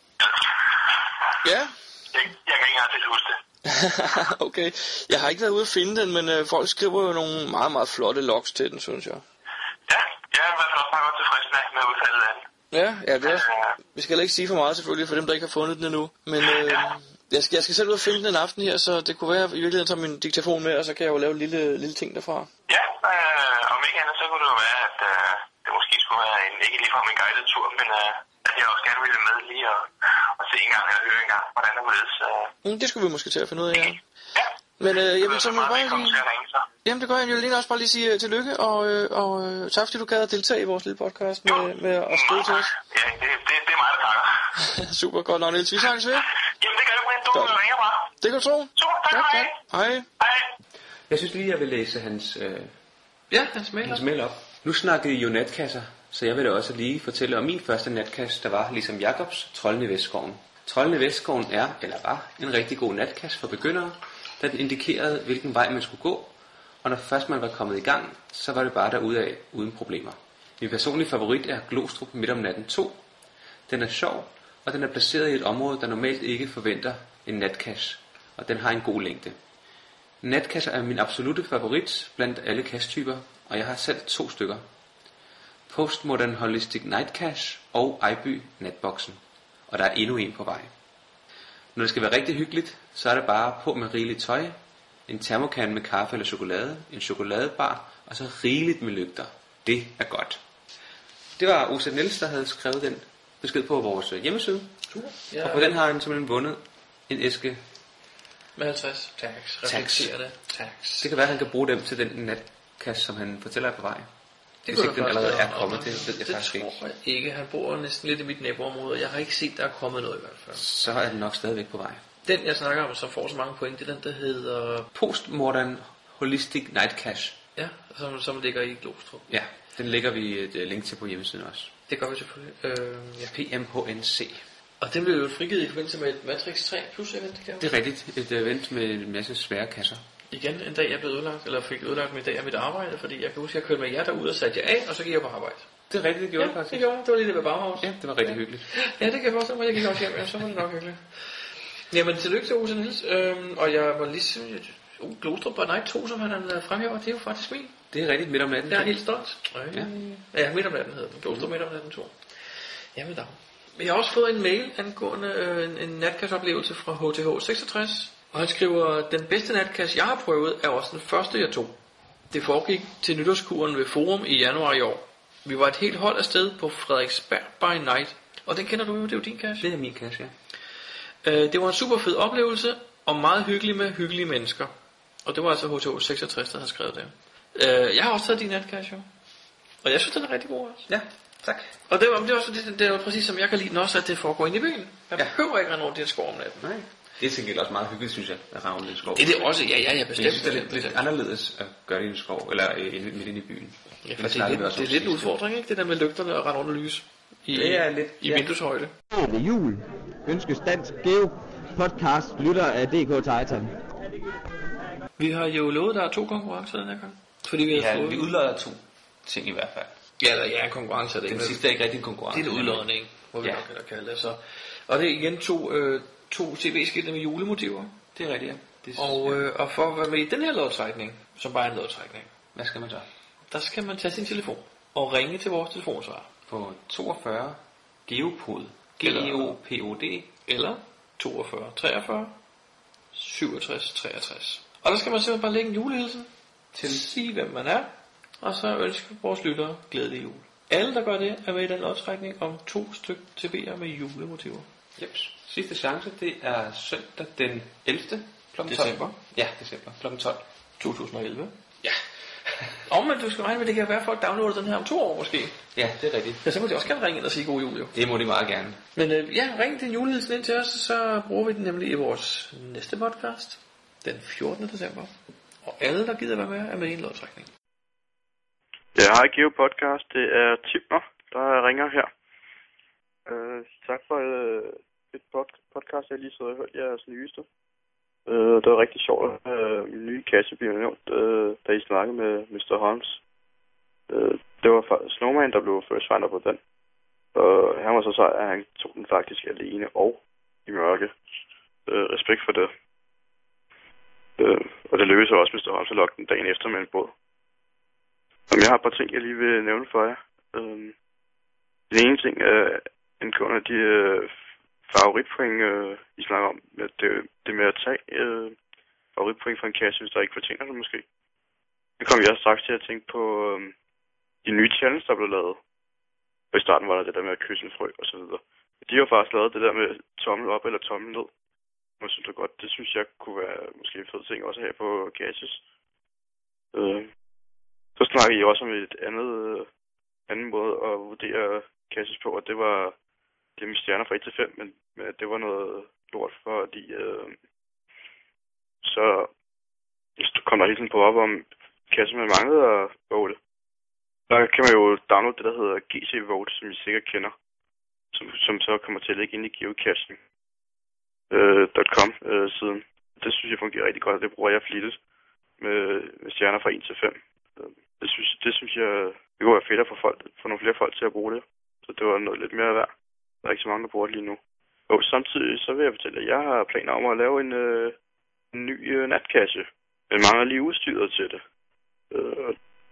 [SPEAKER 8] ja.
[SPEAKER 6] Jeg, jeg kan ikke engang huske det.
[SPEAKER 8] Okay, jeg har ikke været ude at finde den, men øh, folk skriver jo nogle meget, meget flotte logs til den, synes jeg.
[SPEAKER 6] Ja, jeg er i hvert fald også meget godt tilfreds med, med udfaldet af den.
[SPEAKER 8] Ja, ja, det er, vi skal heller ikke sige for meget selvfølgelig, for dem, der ikke har fundet den endnu. Men øh,
[SPEAKER 6] ja.
[SPEAKER 8] jeg, skal, jeg skal selv ud og finde den en aften her, så det kunne være, at jeg i virkeligheden tager min diktafon med, og så kan jeg jo lave en lille, lille ting derfra.
[SPEAKER 6] Ja, øh, om ikke andet, så kunne det jo være, at øh, det måske skulle være en, ikke ligefrem en guided tur, men øh, at jeg også gerne ville med lige og, og se en gang, eller høre en gang, hvordan det var. Øh.
[SPEAKER 8] Mm, det skulle vi måske til at finde ud af, ja.
[SPEAKER 6] Ja.
[SPEAKER 8] Men øh, jamen, så må jeg bare lige...
[SPEAKER 6] Ringe, så.
[SPEAKER 8] Jamen det gør jeg, jeg vil lige også bare lige sige uh, tillykke, og, øh, og øh, tak fordi du gad at deltage i vores lille podcast med, med at skrive til os.
[SPEAKER 6] Ja, det, det, det er mig, der takker.
[SPEAKER 8] Super godt, Nå Niels, vi snakkes ved.
[SPEAKER 6] Jamen det gør du, du
[SPEAKER 8] godt.
[SPEAKER 6] Ringer bare.
[SPEAKER 8] Det kan du tro.
[SPEAKER 6] Super, tak,
[SPEAKER 8] ja,
[SPEAKER 6] hej.
[SPEAKER 8] Hej.
[SPEAKER 6] Hej.
[SPEAKER 1] Jeg synes lige, jeg vil læse hans, øh,
[SPEAKER 2] ja, hans, mail,
[SPEAKER 1] hans mail op. Nu snakkede I jo netkasser, så jeg vil da også lige fortælle om min første netkasse, der var ligesom Jakobs, Trolden i Vestskoven. Trolden i Vestskoven er, eller var, en rigtig god netkasse for begyndere, da den indikerede, hvilken vej man skulle gå, og når først man var kommet i gang, så var det bare derudad uden problemer. Min personlige favorit er Glostrup midt om natten to. Den er sjov, og den er placeret i et område, der normalt ikke forventer en netcache, og den har en god længde. Netcache er min absolute favorit blandt alle cache-typer, og jeg har selv to stykker. Postmodern Holistic Nightcache og Ejby Netboxen, og der er endnu en på vej. Når det skal være rigtig hyggeligt, så er det bare på med rigeligt tøj, en termokan med kaffe eller chokolade, en chokoladebar, og så rigeligt med lygter. Det er godt. Det var O Z Niels, der havde skrevet den besked på vores hjemmeside. Ja, og på den har han simpelthen vundet en æske
[SPEAKER 2] med halvtreds tags. Reflekterende tags.
[SPEAKER 1] Det kan være, at han kan bruge dem til den netkasse, som han fortæller er på vej. Det hvis ikke den allerede er kommet til, ved jeg
[SPEAKER 2] det
[SPEAKER 1] faktisk
[SPEAKER 2] ikke. Det tror jeg ikke. Han bor næsten lidt i mit naboområde, og jeg har ikke set, der er kommet noget i hvert fald.
[SPEAKER 1] Så er den nok stadigvæk på vej.
[SPEAKER 2] Den, jeg snakker om, som får så mange point, det er den, der hedder...
[SPEAKER 1] Postmodern Holistic Nightcache.
[SPEAKER 2] Ja, som, som ligger i Glostrup.
[SPEAKER 1] Ja, den lægger vi et uh, link til på hjemmesiden også.
[SPEAKER 2] Det gør vi selvfølgelig. Øh, ja.
[SPEAKER 1] P M H N C.
[SPEAKER 2] Og den blev jo frigivet i forbindelse med et Matrix tre plus event, kan jeg
[SPEAKER 1] Det er rigtigt. Et event med en masse svære kasser.
[SPEAKER 2] Igen en dag jeg blev ødelagt, eller fik ødelagt min dag af mit arbejde, fordi jeg kan huske, at jeg kørte med jer derude og satte jer af, og så gik jeg på arbejde.
[SPEAKER 1] Det er rigtigt, det gjorde
[SPEAKER 2] ja,
[SPEAKER 1] det faktisk.
[SPEAKER 2] det gjorde det. Det var lige det med Bauhaus.
[SPEAKER 1] Ja, det var rigtig
[SPEAKER 2] ja.
[SPEAKER 1] hyggeligt.
[SPEAKER 2] Ja, det kan jeg forestille mig. Jeg gik også hjem, ja, så var det nok hyggeligt. Jamen, tillykke til O Z Niels. Øhm, og jeg var lige sige, uh, Glostrup by Night to, som han havde fremhæver, det er jo faktisk min.
[SPEAKER 1] Det er rigtigt midt om natten.
[SPEAKER 2] Jeg er helt stolt.
[SPEAKER 1] Ja.
[SPEAKER 2] Ja, midt om natten hedder den. Glostrup midt om natten to. Jamen da. Jeg har også fået en mail angående øh, en, en natkasse-oplevelse fra H T H seksogtres. Og han skriver, den bedste natkasse, jeg har prøvet, er også den første, jeg tog. Det foregik til nytårskuren ved Forum i januar i år. Vi var et helt hold afsted på Frederiksberg by Night. Og den kender du jo, det er jo din kasse.
[SPEAKER 1] Det er min kasse, ja.
[SPEAKER 2] Øh, det var en super fed oplevelse, og meget hyggelig med hyggelige mennesker. Og det var altså H T H seksogtres, der havde skrevet det. Øh, jeg har også taget din natkasse, jo. Og jeg synes, den er rigtig god også.
[SPEAKER 1] Ja, tak.
[SPEAKER 2] Og det var, det var, også, det, det var præcis som jeg kan lide den også, at det foregår inde i byen. Jeg ja. behøver ikke rende rundt i en skov om natten.
[SPEAKER 1] Nej. Det er til også meget hyggeligt, synes jeg, at rave i en skov.
[SPEAKER 2] Det er det også, ja, ja, jeg bestemt.
[SPEAKER 1] Jeg synes, det er lidt, lidt anderledes at gøre det i en skov, eller midt inde i byen.
[SPEAKER 2] Ja, for det, er lidt, det er lidt en udfordring, ikke? Det der med lygterne og rende rundt og lys. i,
[SPEAKER 1] Det er lidt,
[SPEAKER 2] i
[SPEAKER 1] ja.
[SPEAKER 2] vindueshøjde.
[SPEAKER 9] Det er jul. Ønskes Dansk Geo Podcast lytter af D K Titan.
[SPEAKER 2] Vi har jo lovet, der er to konkurrencer den her gang. Fordi vi har
[SPEAKER 1] Ja,
[SPEAKER 2] fået...
[SPEAKER 1] vi udlodder to ting i hvert fald.
[SPEAKER 2] Ja, eller ja, en konkurrence er det
[SPEAKER 1] Den
[SPEAKER 2] ikke.
[SPEAKER 1] sidste er ikke rigtig en konkurrence.
[SPEAKER 2] Det er en udlodning, må vi
[SPEAKER 1] Ja.
[SPEAKER 2] nok hellere kalde det. Så. Og det er igen to, øh, to T V-skilte med julemotiver.
[SPEAKER 1] Det er rigtigt, ja. Det
[SPEAKER 2] Og, øh, og for at være med i den her lodtrækning, som bare er en lodtrækning,
[SPEAKER 1] Hvad skal man så?
[SPEAKER 2] der skal man tage sin telefon og ringe til vores telefonsvarer.
[SPEAKER 1] På toogfyrre Geopod. G E O P O D.
[SPEAKER 2] Eller toogfyrre treogfyrre syvogtres treogtres. Og der skal man simpelthen bare lægge en julehilsen til at sige, hvem man er, og så ønske vores lyttere glædelig jul. Alle, der gør det, er med i den lodtrækning om to styk T V'er med julemotiver.
[SPEAKER 1] Jeps. Sidste chance, det er søndag den ellevte klokken
[SPEAKER 2] December.
[SPEAKER 1] tolv. Ja, december klokken tolv.
[SPEAKER 2] to tusind og elleve.
[SPEAKER 1] Ja.
[SPEAKER 2] Og men du skal regne med, det kan være, at folk downloader den her om to år måske.
[SPEAKER 1] Ja, det er rigtigt.
[SPEAKER 2] Ja, så må de også gerne ringe ind og sige god jul, jo.
[SPEAKER 1] Det må de meget gerne.
[SPEAKER 2] Men øh, ja, ring din julehilsen ind til os, så bruger vi den nemlig i vores næste podcast, den fjortende december. Og alle, der gider være med, er med i en lodtrækning.
[SPEAKER 10] Ja, hej Geo Podcast. Det er Timmer, der ringer her. Uh, tak for uh, et pod- podcast, jeg lige så og hørt jeres nyeste. Uh, det var rigtig sjovt, at uh, min nye kasse blev nævnt, uh, da I snakkede med mister Holmes. Uh, det var Snowman, der blev first finder på den. Og han var så sej, at han tog den faktisk alene og i mørke. Uh, respekt for det. Uh, og det lykkedes også mister Holmes at lokke den dagen efter med en båd. Jamen, jeg har et par ting, jeg lige vil nævne for jer. Øhm, den ene ting er angående de øh, favoritpoint, øh, I snakker om. At det, det med at tage øh, favoritpoint fra en kasse, hvis der ikke fortjener det måske. Det kom jeg straks til at tænke på øh, de nye challenge, der blev lavet. Og i starten var der det der med at kysse en frø og så videre. De har faktisk lavet det der med tommel op eller tommel ned. Jeg synes det godt. Det synes jeg kunne være måske en fed ting også her på kasses. Øh, Så snakker I også om et andet anden måde at vurdere kasses på, og det var det med stjerner fra et til fem, men, men det var noget lort, fordi øh, så kom der hele tiden på op om kassen, man manglede at vote. Der kan man jo downloade det, der hedder G C Vote, som I sikkert kender, som, som så kommer til at ligge inde i geocaching punktum com øh, siden. Det synes jeg fungerer rigtig godt, og det bruger jeg flittigt med, med stjerner fra et til fem. Det synes, det synes jeg, det kunne være fedt at få, folk, få nogle flere folk til at bruge det. Så det var noget lidt mere værd. Der er ikke så mange, der bruger det lige nu. Og samtidig så vil jeg fortælle, at jeg har planer om at lave en, øh, en ny øh, natkasse. Men mangler lige udstyret til det. Øh,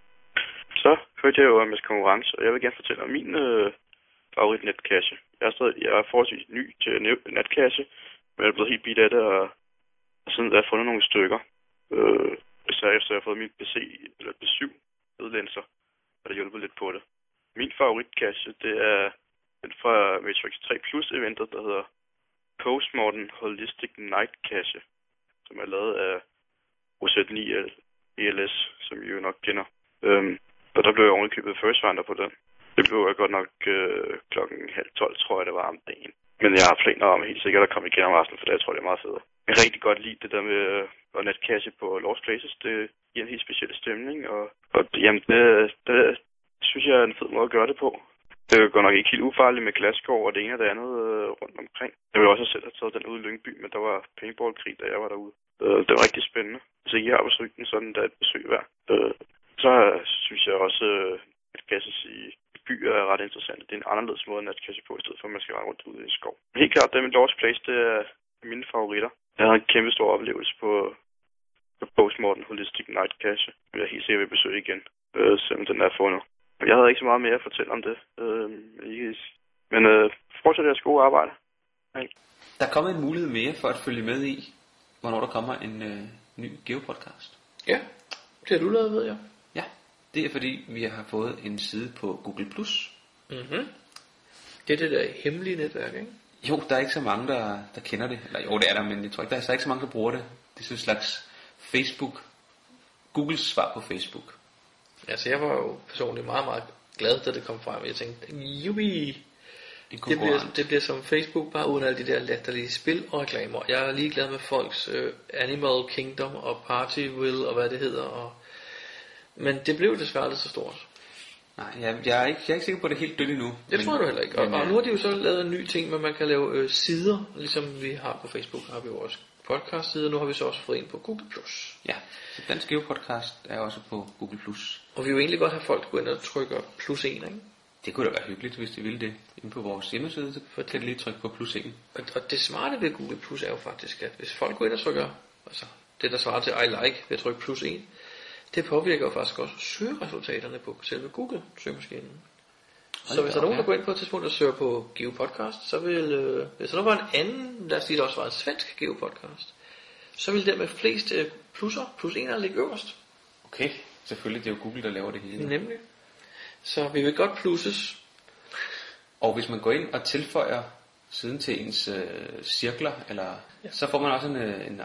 [SPEAKER 10] så hørte jeg jo om en konkurrence, og jeg vil gerne fortælle om min øh, favorit netkasse. Jeg er, stadig, jeg er forholdsvis ny til natkasse, men jeg er blevet helt bidt af det, og, og siden jeg har fundet nogle stykker. Øh, Især efter jeg har fået min P C, eller P syv ledlinser, og det hjælper lidt på det. Min favoritkasse, det er den fra Matrix tre Plus eventet, der hedder Postmodern Holistic Night Cache, som er lavet af O Z ni E L S, som I jo nok kender. Øhm, og der blev jeg ovenikøbet first finder på den. Det blev jeg godt nok øh, klokken halv tolv, tror jeg det var om dagen. Men jeg har planer om helt sikkert at komme igennem resten, for det jeg tror det er meget fedt. Jeg kan rigtig godt lide det der med at netcache på Lost Places. Det giver en helt speciel stemning, og, og jamen, det, det synes jeg er en fed måde at gøre det på. Det går nok ikke helt ufarligt med glasskår og det ene og det andet øh, rundt omkring. Jeg vil også selv have taget den ud i Lyngby, men der var paintballkrig, da jeg var derude. Øh, det var rigtig spændende. Så I har besøgt den sådan, der er et besøg værd. Øh, så synes jeg også, øh, at gasses i byer er ret interessant. Det er en anderledes måde at netcache på, i stedet for at man skal rende rundt ude i en skov. Helt klart, det med Lost Place, det er mine favoritter. Jeg havde en kæmpe stor oplevelse på, på Postmodern Holistic Night Cache. Jeg er helt sikkert ved besøg igen, øh, selvom den er fundet. Jeg havde ikke så meget mere at fortælle om det. Øh, men øh, fortsæt jeres gode arbejde. Hej.
[SPEAKER 1] Der er kommet en mulighed mere for at følge med i, hvornår der kommer en øh, ny Geo-podcast.
[SPEAKER 2] Ja, det har du lavet, ved jeg.
[SPEAKER 1] Ja, det er fordi, vi har fået en side på Google plus.
[SPEAKER 2] Mhm. Det er det der hemmelige netværk, ikke?
[SPEAKER 1] Jo, der er ikke så mange, der, der kender det. Eller jo, det er der, men jeg tror ikke, der er, der er ikke så mange, der bruger det. Det er sådan en slags Facebook. Googles svar på Facebook.
[SPEAKER 2] Altså, jeg var jo personligt meget, meget glad, da det kom frem. Jeg tænkte, jubi! Det bliver, det bliver som Facebook, bare uden alle de der latterlige spil og reklamer. Jeg er ligeglad med folks øh, Animal Kingdom og Partyville og hvad det hedder. Og... Men det blev desværre lidt så stort.
[SPEAKER 1] Nej, jeg, jeg, er ikke, jeg er ikke sikker på, at det er helt dødt endnu.
[SPEAKER 2] Det tror du heller ikke. Og,
[SPEAKER 1] men,
[SPEAKER 2] og nu har de jo så lavet en ny ting, hvor man kan lave øh, sider, ligesom vi har på Facebook, har vi jo også podcast-sider. Nu har vi så også fået en på Google plus.
[SPEAKER 1] Ja, så Dansk Geo Podcast er også på Google plus.
[SPEAKER 2] Og vi vil jo egentlig godt have folk gå ind og trykke plus en, ikke?
[SPEAKER 1] Det kunne da være hyggeligt, hvis de ville det. Inde på vores hjemmeside, så kan de lige trykke på plus en.
[SPEAKER 2] Og, og det smarte ved Google plus er jo faktisk, at hvis folk går ind og trykker, altså det der svarer til I like ved at trykke plus en, det påvirker jo faktisk også søgeresultaterne på selve Google søgemaskinen. Så hvis der er nogen, der går ind på et tidspunkt og søger på Geo Podcast, så vil, øh, hvis der nu var en anden, lad os sige, der også var en svensk Geo Podcast, så vil der med flest øh, plusser, plus enere ligge øverst.
[SPEAKER 1] Okay, selvfølgelig, det er jo Google, der laver det hele.
[SPEAKER 2] Nemlig. Så vi vil godt plusses.
[SPEAKER 1] Og hvis man går ind og tilføjer siden til ens øh, cirkler, eller, ja. så får man også en, en,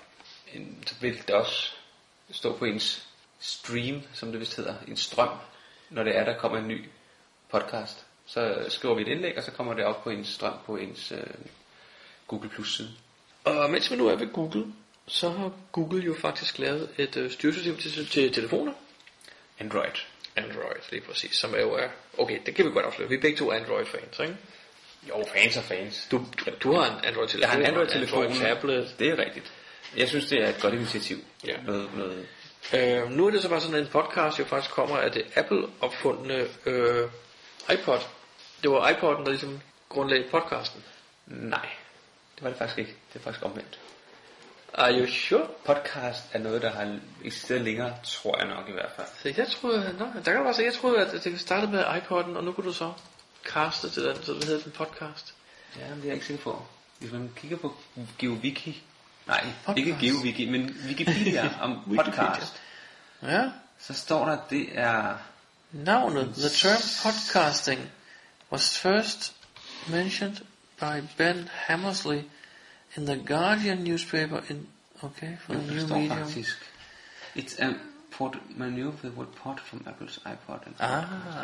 [SPEAKER 1] en, så vil det også stå på ens stream, som det vist hedder, en strøm, når det er, der kommer en ny podcast. Så skriver vi et indlæg, og så kommer det op på ens strøm på ens øh, Google Plus side.
[SPEAKER 2] Og mens vi nu er ved Google, så har Google jo faktisk lavet et øh, styresystem til, til telefoner.
[SPEAKER 1] Android.
[SPEAKER 2] Android, lige præcis, som er jo er, okay, det kan vi godt afsløre. Vi er begge to Android-fans, ikke?
[SPEAKER 1] Jo, fans og fans.
[SPEAKER 2] Du, du, du har en Android-telefon.
[SPEAKER 1] Jeg har en Android-telefon.
[SPEAKER 2] Android-tablet.
[SPEAKER 1] Det er rigtigt. Jeg synes, det er et godt initiativ.
[SPEAKER 2] Ja.
[SPEAKER 1] Noget, noget...
[SPEAKER 2] Øh, nu er det så bare sådan, at en podcast jo faktisk kommer af det Apple-opfundne øh, iPod. Det var iPod'en, der ligesom grundlagde podcasten.
[SPEAKER 1] Nej, det var det faktisk ikke. Det er faktisk omvendt.
[SPEAKER 2] Are you sure?
[SPEAKER 1] Podcast er noget, der har eksisteret længere, tror jeg nok i hvert fald.
[SPEAKER 2] Så jeg troede, no, der kan du bare sige, jeg troede, at det startede med iPod'en, og nu kunne du så caste til den, så det hedder den podcast.
[SPEAKER 1] Ja, men det er jeg ikke sikker på. Hvis man kigger på GeoWiki, nej,
[SPEAKER 2] podcast.
[SPEAKER 1] Ikke GeoWiki, men Wikipedia om podcast,
[SPEAKER 2] ja.
[SPEAKER 1] Så står der, det er...
[SPEAKER 2] Navnet, the term podcasting, was first mentioned by Ben Hammersley in the Guardian newspaper in, okay, for the new medium.
[SPEAKER 1] Faktisk. It's a port maneuver with port from Apples iPod.
[SPEAKER 2] Ah.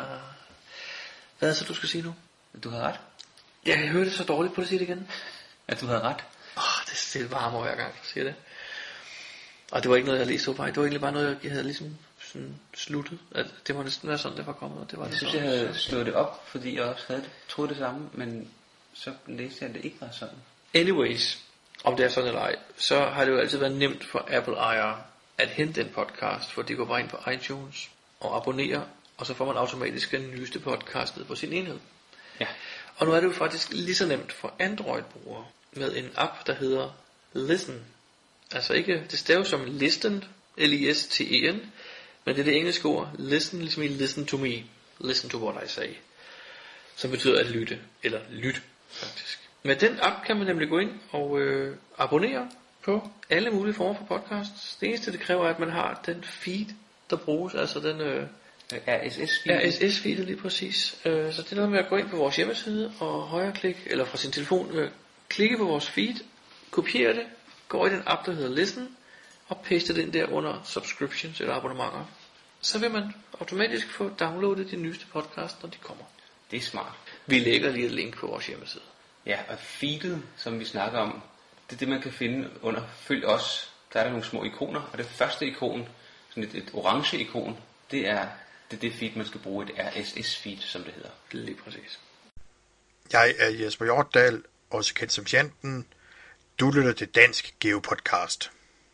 [SPEAKER 2] Hvad er det så, du skal sige nu?
[SPEAKER 1] Du havde ret.
[SPEAKER 2] Ja, jeg hørte det så dårligt. Prøv at sige det igen.
[SPEAKER 1] At du havde ret.
[SPEAKER 2] Åh, oh, det stille varmer hver gang, du siger det. Og det var ikke noget, jeg læste op af. Det var egentlig bare noget, jeg havde ligesom sådan sluttet. At det må næsten være sådan, det var kommet. Og det var
[SPEAKER 1] jeg
[SPEAKER 2] det
[SPEAKER 1] synes,
[SPEAKER 2] så.
[SPEAKER 1] jeg havde slået det op, fordi jeg også havde troet det samme, men så læste jeg, at det ikke var sådan.
[SPEAKER 2] Anyways, om det er sådan eller ej, så har det jo altid været nemt for Apple-ejere at hente en podcast, for de går bare ind på iTunes og abonnerer, og så får man automatisk den nyeste podcast ned på sin enhed.
[SPEAKER 1] Ja.
[SPEAKER 2] Og nu er det jo faktisk lige så nemt for Android-brugere med en app, der hedder Listen. Altså ikke, det staves som listen, L I S T E N, men det er det engelske ord, listen, ligesom i listen to me, listen to what I say, som betyder at lytte, eller lyt faktisk. Med den app kan man nemlig gå ind og øh, abonnere på alle mulige former for podcasts. Det eneste det kræver er, at man har den feed, der bruges, altså den øh,
[SPEAKER 1] R S S-feed.
[SPEAKER 2] R S S-feed lige præcis. Øh, så det er noget med at gå ind på vores hjemmeside og højreklik, eller fra sin telefon, øh, klikke på vores feed, kopiere det, gå i den app, der hedder Listen, og paste det ind der under subscriptions eller abonnementer. Så vil man automatisk få downloadet de nyeste podcasts, når de kommer.
[SPEAKER 1] Det er smart.
[SPEAKER 2] Vi lægger lige et link på vores hjemmeside.
[SPEAKER 1] Ja, og feedet, som vi snakker om, det er det, man kan finde under Følg os. Der er der nogle små ikoner, og det første ikon, sådan et, et orange ikon, det er det, er det feed, man skal bruge, et R S S-feed, som det hedder.
[SPEAKER 2] Lige præcis.
[SPEAKER 11] Jeg er Jesper Hjortdal, også kendt som Janten. Du lytter til Dansk Geo Podcast.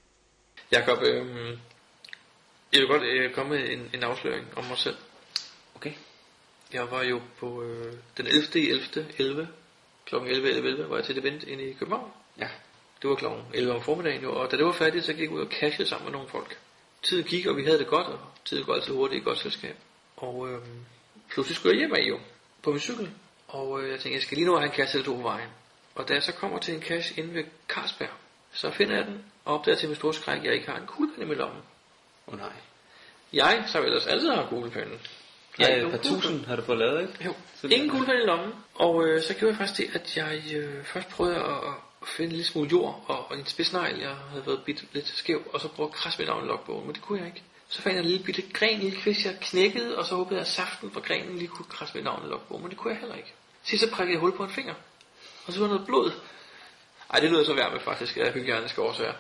[SPEAKER 2] Jakob, øh, jeg vil godt øh, komme med en, en afsløring om mig selv.
[SPEAKER 1] Okay.
[SPEAKER 2] Jeg var jo på øh, den ellevte i ellevte elleve klokken elleve elleve elleve var jeg til et event inde i København.
[SPEAKER 1] Ja.
[SPEAKER 2] Det var klokken elleve om formiddagen jo, og da det var færdigt, så gik jeg ud og cashede sammen med nogle folk. Tiden gik, og vi havde det godt, og tiden går altid hurtigt i et godt selskab. Og øh, pludselig skulle jeg hjem af jo, på min cykel. Og øh, jeg tænkte, jeg skal lige nå at have en cash eller to på vejen. Og da jeg så kommer til en cash inde ved Carlsberg, så finder jeg den, og opdager til min store skræk, at jeg ikke har en kuglepen i min lomme.
[SPEAKER 1] Åh oh, nej.
[SPEAKER 2] Jeg, så ellers altid har kuglepennen.
[SPEAKER 1] Ja, et par tusind har du fået lavet, ikke?
[SPEAKER 2] Jo, så ingen kuglepen i lommen. Og øh, så gjorde jeg faktisk det, at jeg øh, først prøvede at, at finde en lille smule jord og, og en spidsnegl, jeg havde været bidt lidt skæv, og så prøvede at krasse mit navn i logbogen, men det kunne jeg ikke. Så fandt jeg en lille bitte gren, en lille kvist, jeg knækkede, og så håbede jeg, at saften fra grenen lige kunne krasse mit navn i logbogen, men det kunne jeg heller ikke. Sidst så prikkede jeg hul på en finger, og så var noget blod. Ej, det lyder så værd med faktisk af hygiejniske årsager.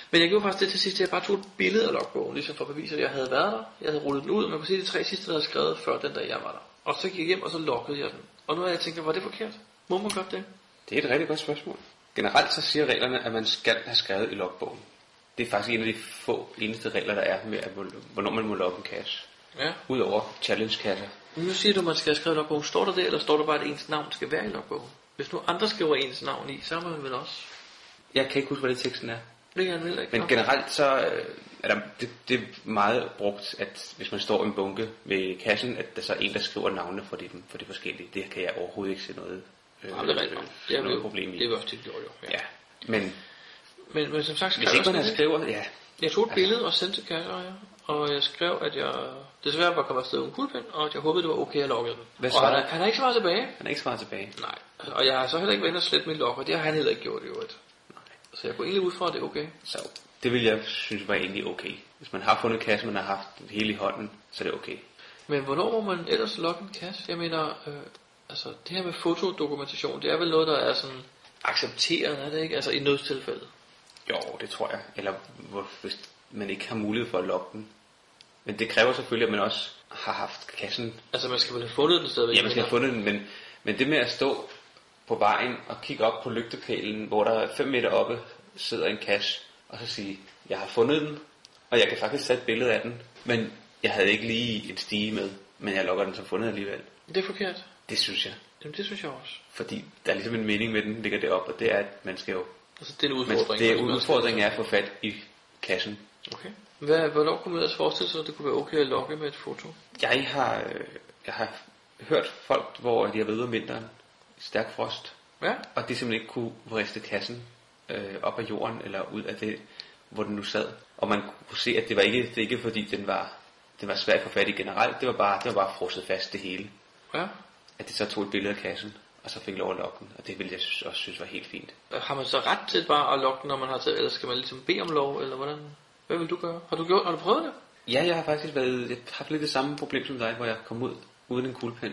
[SPEAKER 2] Men jeg gjorde faktisk det til sidst, at jeg bare tog et billede af logbogen, ligesom for at bevise, at jeg havde været der. Jeg havde rullet den ud, og man kunne se de tre sidste, der havde skrevet før den dag, jeg var der. Og så gik jeg hjem, og så loggede jeg den. Og nu har jeg tænkt, var det forkert? Må man godt det?
[SPEAKER 1] Det er et rigtig godt spørgsmål. Generelt så siger reglerne, at man skal have skrevet i logbogen. Det er faktisk en af de få eneste regler, der er med, at hvornår man må logge en cache.
[SPEAKER 2] Ja.
[SPEAKER 1] Udover challenge-kasser.
[SPEAKER 2] Nu siger du, at man skal have skrevet i logbogen. Står der det, eller står der bare, at ens navn skal være i logbogen? Hvis nu andre skriver ens navn i, så er man vel også.
[SPEAKER 1] Jeg kan ikke huske, hvad det teksten er.
[SPEAKER 2] Det kan jeg heller ikke.
[SPEAKER 1] Men generelt så er der, det, det er meget brugt, at hvis man står i en bunke ved kassen, at der så er en, der skriver navnene for de, for de forskellige. Det kan jeg overhovedet ikke se noget, øh,
[SPEAKER 2] Jamen, det er rigtigt. Det er
[SPEAKER 1] noget problem i.
[SPEAKER 2] Det er også tit gjort, jo. Ja.
[SPEAKER 1] Ja. Men,
[SPEAKER 2] men, men som sagt,
[SPEAKER 1] hvis ikke man har skrevet, ja.
[SPEAKER 2] Jeg tog et billede og sendte til kasseejer, og jeg skrev, at jeg desværre var kommet afsted uden kuglepen, og at jeg håbede, det var okay at logge den.
[SPEAKER 1] Hvad
[SPEAKER 2] og han, han har ikke svaret tilbage.
[SPEAKER 1] Han har ikke svaret tilbage?
[SPEAKER 2] Nej. Og jeg har så heller ikke været inde og slette min log, og det har han heller ikke gjort i øvrigt. Nej. Så jeg går egentlig ud fra, at det er okay.
[SPEAKER 1] Så det vil jeg synes var egentlig okay. Hvis man har fundet kassen, man har haft det hele i hånden, så er det okay.
[SPEAKER 2] Men hvornår må man ellers logge en kasse? Jeg mener, øh, altså det her med fotodokumentation, det er vel noget, der er sådan accepteret, er det ikke? Altså i nødstilfælde.
[SPEAKER 1] Jo, det tror jeg. Eller hvor, hvis man ikke har mulighed for at logge den. Men det kræver selvfølgelig, at man også har haft kassen.
[SPEAKER 2] Altså man skal vel have fundet den stadigvæk?
[SPEAKER 1] Ja, man skal have fundet den, men, men det med at stå på vejen og kigge op på lygtepælen, hvor der er fem meter oppe sidder en kasse, og så sige, jeg har fundet den, og jeg kan faktisk sætte et billede af den, men jeg havde ikke lige en stige med, men jeg logger den som fundet alligevel.
[SPEAKER 2] Det er forkert.
[SPEAKER 1] Det synes jeg.
[SPEAKER 2] Jamen det synes jeg også.
[SPEAKER 1] Fordi der er ligesom en mening med den, ligger det op, og det er, at man skal jo...
[SPEAKER 2] Altså det er en udfordring.
[SPEAKER 1] Man, det er en udfordring er at få fat i kassen.
[SPEAKER 2] Okay. Hvad, hvornår kunne man ellers forestille sig, at det kunne være okay at logge med et foto?
[SPEAKER 1] Jeg har, øh, jeg har hørt folk, hvor de har været ude om vinteren i stærk frost,
[SPEAKER 2] ja.
[SPEAKER 1] Og de simpelthen ikke kunne riste kassen øh, op af jorden, eller ud af det, hvor den nu sad. Og man kunne se, at det var ikke, det ikke fordi den var, den var svært at få fat i generelt, det var bare, det var bare frosset fast det hele.
[SPEAKER 2] Ja.
[SPEAKER 1] At de så tog et billede af kassen, og så fik lov at logge den, og det ville jeg også synes var helt fint.
[SPEAKER 2] Har man så ret til bare at logge den, når man har taget, eller skal man ligesom bede om lov, eller hvordan? Hvad vil du gøre? Har du gjort, har du prøvet det?
[SPEAKER 1] Ja, jeg har faktisk været, jeg har haft lidt det samme problem som dig, hvor jeg kom ud uden en kuglepen.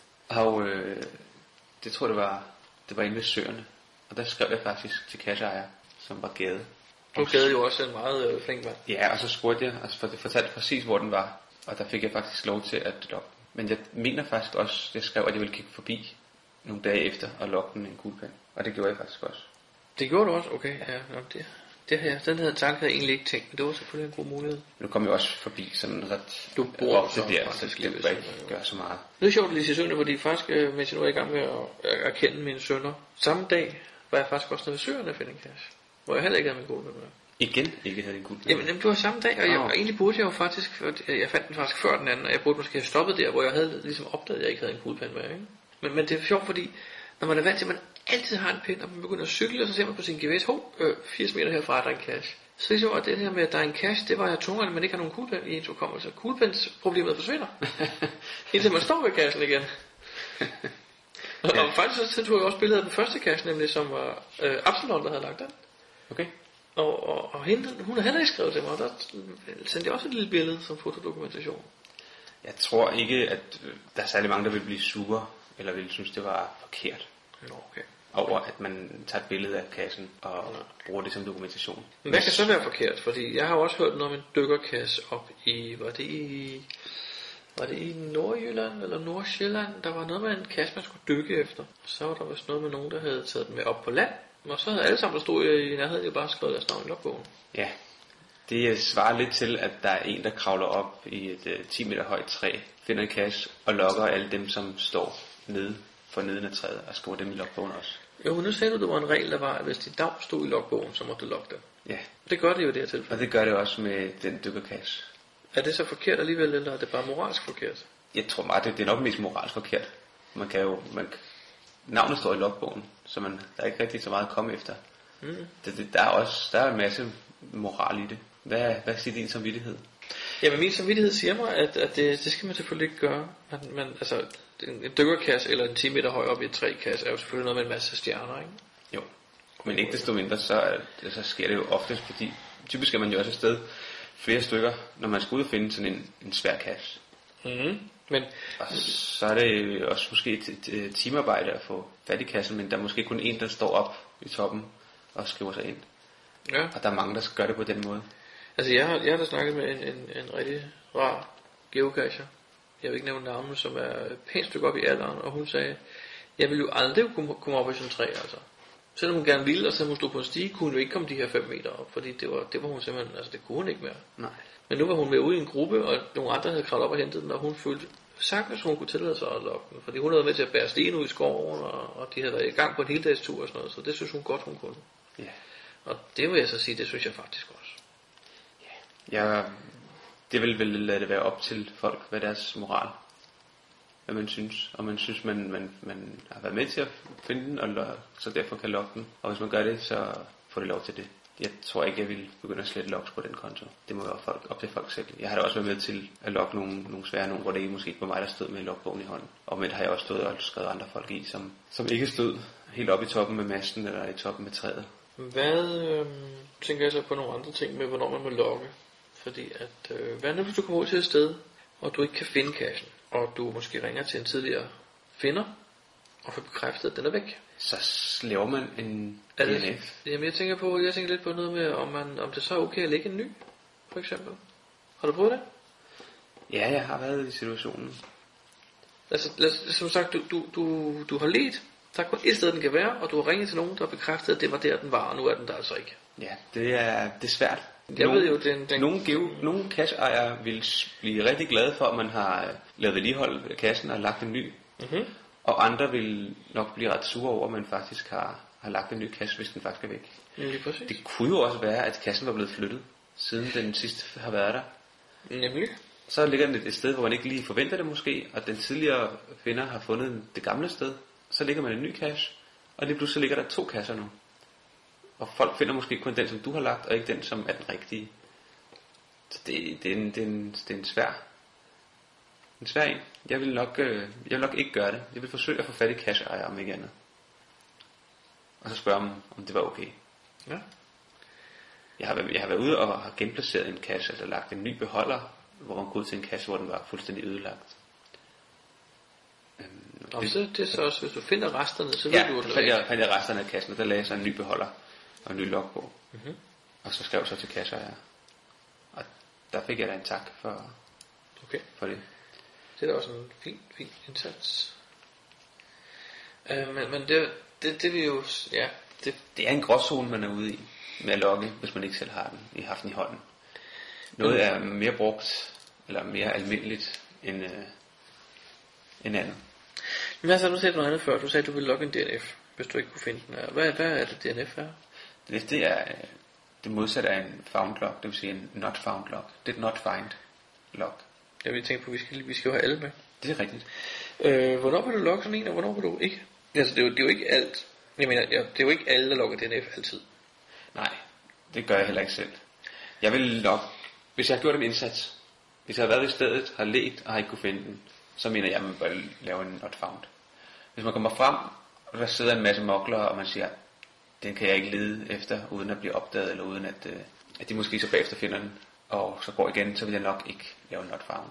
[SPEAKER 1] Og øh, det tror jeg, det var, det var inde ved Søerne. Og der skrev jeg faktisk til kasseejer, som var Gade.
[SPEAKER 2] Du Gade jo også en meget øh, flink mand.
[SPEAKER 1] Ja, og så spurgte jeg, og så fortalte præcis, hvor den var. Og der fik jeg faktisk lov til at logge. Men jeg mener faktisk også, jeg skrev, at jeg ville kigge forbi nogle dage efter og logge den med en kuglepen. Og det gjorde jeg faktisk også.
[SPEAKER 2] Det gjorde du også? Okay, ja. Nå, det, det her, den her tanke havde jeg egentlig ikke tænkt, men det var selvfølgelig en god mulighed.
[SPEAKER 1] Nu kom jeg også forbi sådan ret
[SPEAKER 2] du bor
[SPEAKER 1] ofte der, så det var ikke gøre så meget.
[SPEAKER 2] Det er sjovt lige til søndag, fordi faktisk, mens jeg nu er i gang med at erkende mine sønner, samme dag var jeg faktisk også nede ved Søerne at finde en cash, hvor jeg heller ikke havde min kuglepen med.
[SPEAKER 1] Igen ikke havde din kuglepen?
[SPEAKER 2] Jamen, det var samme dag, og jeg, oh. egentlig burde jeg jo faktisk, jeg fandt den faktisk før den anden, og jeg burde måske have stoppet der, hvor jeg havde ligesom opdaget, at jeg ikke havde en kuglepen med, ikke? Men, men det er sjovt, fordi når man er vant til, at man altid har en pind, og man begynder at cykle, og så ser man på sin G P S, hov, øh, firs meter herfra, der er en cache. Så ligesom, at det her med, at der er en cache, det var jeg tungere, at man ikke har nogen kuglepen i ens hukommelse. Kuglepensproblemet forsvinder, indtil man står ved cachen igen. Ja. Og faktisk så tog jeg også billeder af den første cache, nemlig som var øh, Absalon, der havde lagt den.
[SPEAKER 1] Okay.
[SPEAKER 2] Og, og, og hende, hun havde heller ikke skrevet til mig, og der sendte jeg også et lille billede som fotodokumentation.
[SPEAKER 1] Jeg tror ikke, at der er særlig mange, der vil blive sure, eller vil synes, det var forkert.
[SPEAKER 2] Okay.
[SPEAKER 1] Over at man tager et billede af kassen og ja. bruger det som dokumentation.
[SPEAKER 2] Men hvad kan så være forkert? Fordi jeg har også hørt noget om en dykkerkasse op i, var det i, var det i Nordjylland eller Nordsjælland? Der var noget med en kasse, man skulle dykke efter. Så var der vist noget med nogen, der havde taget den med op på land. Og så havde alle sammen, der stod i nærheden, jo bare skrevet deres navn i logbogen.
[SPEAKER 1] Ja, det svarer lidt til, at der er en, der kravler op i et uh, ti meter højt træ, finder en kasse og logger alle dem, som står nede for neden af træet, og skriver dem i logbogen også.
[SPEAKER 2] Jo, men nu sagde du, at det var en regel, der var, at hvis dit navn stod i logbogen, så måtte du logge dem.
[SPEAKER 1] Ja.
[SPEAKER 2] Det gør det jo i det her tilfælde.
[SPEAKER 1] Og det gør det også med den dykkerkasse.
[SPEAKER 2] Er det så forkert alligevel, eller er det bare moralsk forkert?
[SPEAKER 1] Jeg tror meget, det, det er nok mest moralsk forkert. Man kan jo, man, navnet står i logbogen, så man, der er ikke rigtig så meget at komme efter. Mm. Det, det, der er også der er en masse moral i det. Hvad, hvad siger din samvittighed?
[SPEAKER 2] Jamen min samvittighed siger mig, at, at det, det skal man selvfølgelig ikke gøre. Man, man, altså, en, en dykkerkasse eller en ti meter høj op i et trækasse er jo selvfølgelig noget med en masse stjerner, ikke?
[SPEAKER 1] Jo, men ikke desto mindre, så, så sker det jo oftest, fordi typisk er man jo også afsted flere stykker, når man skal ud og finde sådan en, en svær kasse.
[SPEAKER 2] Mm. Men,
[SPEAKER 1] og så er det også måske et, et, et teamarbejde at få fat i kassen, men der er måske kun en, der står op i toppen og skriver sig ind.
[SPEAKER 2] Ja.
[SPEAKER 1] Og der er mange, der gør det på den måde.
[SPEAKER 2] Altså jeg har, jeg har da snakket med en, en, en rigtig rar geocacher. Jeg vil ikke nævne navnet, som er et pænt stykke op i alderen, og hun sagde, jeg vil jo aldrig kunne komme op i sådan en træ, altså. Selvom hun gerne ville, og selvom hun stod på en stige, kunne hun jo ikke komme de her fem meter op, fordi det var, det var hun simpelthen, altså det kunne hun ikke mere.
[SPEAKER 1] Nej.
[SPEAKER 2] Men nu var hun med ude i en gruppe, og nogle andre havde kravlet op og hentet den, og hun følte sagtens, hun kunne tillade sig at lokke den, fordi hun havde været med til at bære sten ud i skoven, og, og de havde været i gang på en heldagstur og sådan noget, så det synes hun godt, hun kunne.
[SPEAKER 1] Ja.
[SPEAKER 2] Og det vil jeg så sige, det synes jeg faktisk også.
[SPEAKER 1] Ja, det vil vel lade det være op til folk, hvad deres moral, hvad man synes, og man synes, man, man, man har været med til at finde den, og lo- så derfor kan lokke den, og hvis man gør det, så får det lov til det. Jeg tror ikke, jeg vil begynde at slette logs på den konto. Det må være folk, op til folk selv. Jeg har da også været med til at logge nogle, nogle svære nogen, hvor det ikke måske ikke var mig, der stod med logbogen i hånden. Og med det har jeg også stået og skrevet andre folk i, som, som ikke stod helt oppe i toppen med masten, eller i toppen med træet.
[SPEAKER 2] Hvad øh, tænker jeg så på nogle andre ting med, hvornår man må logge? Fordi at, øh, hvad nu hvis du kommer ud til et sted, og du ikke kan finde cachen, og du måske ringer til en tidligere finder, og får bekræftet, at den er væk?
[SPEAKER 1] Så laver man en D N F.
[SPEAKER 2] Jamen jeg tænker på, jeg tænker lidt på noget med, om, man, om det så er okay at lægge en ny, for eksempel. Har du prøvet det?
[SPEAKER 1] Ja, jeg har været i situationen.
[SPEAKER 2] Altså, lad, som sagt, du, du, du, du har let. Der er kun et sted, den kan være, og du har ringet til nogen, der har bekræftet, at det var der, den var, og nu er den der altså ikke.
[SPEAKER 1] Ja, det er, det er svært.
[SPEAKER 2] Jeg
[SPEAKER 1] nogle,
[SPEAKER 2] ved jo, den, den...
[SPEAKER 1] Nogle, geo, nogle cache-ejere vil blive rigtig glade for, at man har lavet vedligehold af kassen og lagt en ny.
[SPEAKER 2] Mm-hmm.
[SPEAKER 1] Og andre vil nok blive ret sure over, at man faktisk har, har lagt en ny kasse, hvis den faktisk er væk.
[SPEAKER 2] Lige præcis.
[SPEAKER 1] Det kunne jo også være, at kassen var blevet flyttet, siden den sidste har været der.
[SPEAKER 2] Nemlig.
[SPEAKER 1] Så ligger den et sted, hvor man ikke lige forventer det måske, og den tidligere finder har fundet det gamle sted. Så ligger man en ny cache, og lige pludselig ligger der to kasser nu. Og folk finder måske kun den, som du har lagt, og ikke den, som er den rigtige. Så det, det, er, en, det, er, en, det er en svær en svær en. Jeg vil nok, øh, jeg vil nok ikke gøre det. Jeg vil forsøge at få fat i cache-ejer, om ikke andet. Og så spørge om, om det var okay.
[SPEAKER 2] Ja.
[SPEAKER 1] Jeg har, været, jeg har været ude og har genplaceret en cache, eller lagt en ny beholder, hvor man går ud til en cache, hvor den var fuldstændig ødelagt. Øhm,
[SPEAKER 2] og
[SPEAKER 1] det,
[SPEAKER 2] så det er så også, hvis du finder resterne, så ved
[SPEAKER 1] ja,
[SPEAKER 2] du, at
[SPEAKER 1] så fandt jeg, fandt jeg resterne af kassen, og der lagde jeg så en ny beholder og en ny log på.
[SPEAKER 2] Mm-hmm.
[SPEAKER 1] Og så skrev jeg så til cache-ejer. Og der fik jeg da en tak for,
[SPEAKER 2] okay.
[SPEAKER 1] for det.
[SPEAKER 2] Det er da også en fin, fin indsats. Øh, men, men det, det, det vil jo, ja.
[SPEAKER 1] Det, det er en gråzone, man er ude i med at logge, hvis man ikke selv har den, i haft den i hånden. Noget er mere brugt, eller mere almindeligt, end, øh, end andet.
[SPEAKER 2] Men altså, nu sagde du noget andet før. Du sagde, at du ville logge en D N F, hvis du ikke kunne finde den. Hvad, hvad er det D N F er?
[SPEAKER 1] D N F, det er det modsatte af en found log, det vil sige en not found log. Det er et not find log.
[SPEAKER 2] Jeg vil tænke på, at vi skal, vi skal jo have alle med.
[SPEAKER 1] Det er rigtigt.
[SPEAKER 2] Øh, hvornår vil du logge sådan en, og hvornår vil du ikke? Altså, det er jo, det er jo ikke alt. Jeg mener, det er jo ikke alle, der logger D N F altid.
[SPEAKER 1] Nej, det gør jeg heller ikke selv. Jeg vil logge, hvis jeg har gjort en indsats, hvis jeg har været i stedet, har let og har ikke kunne finde den, så mener jeg, at man bør lave en not found. Hvis man kommer frem, og der sidder en masse mokler, og man siger, den kan jeg ikke lede efter, uden at blive opdaget, eller uden at, øh, at de måske så bagefter finder den, og så går igen, så vil jeg nok ikke lave en not found.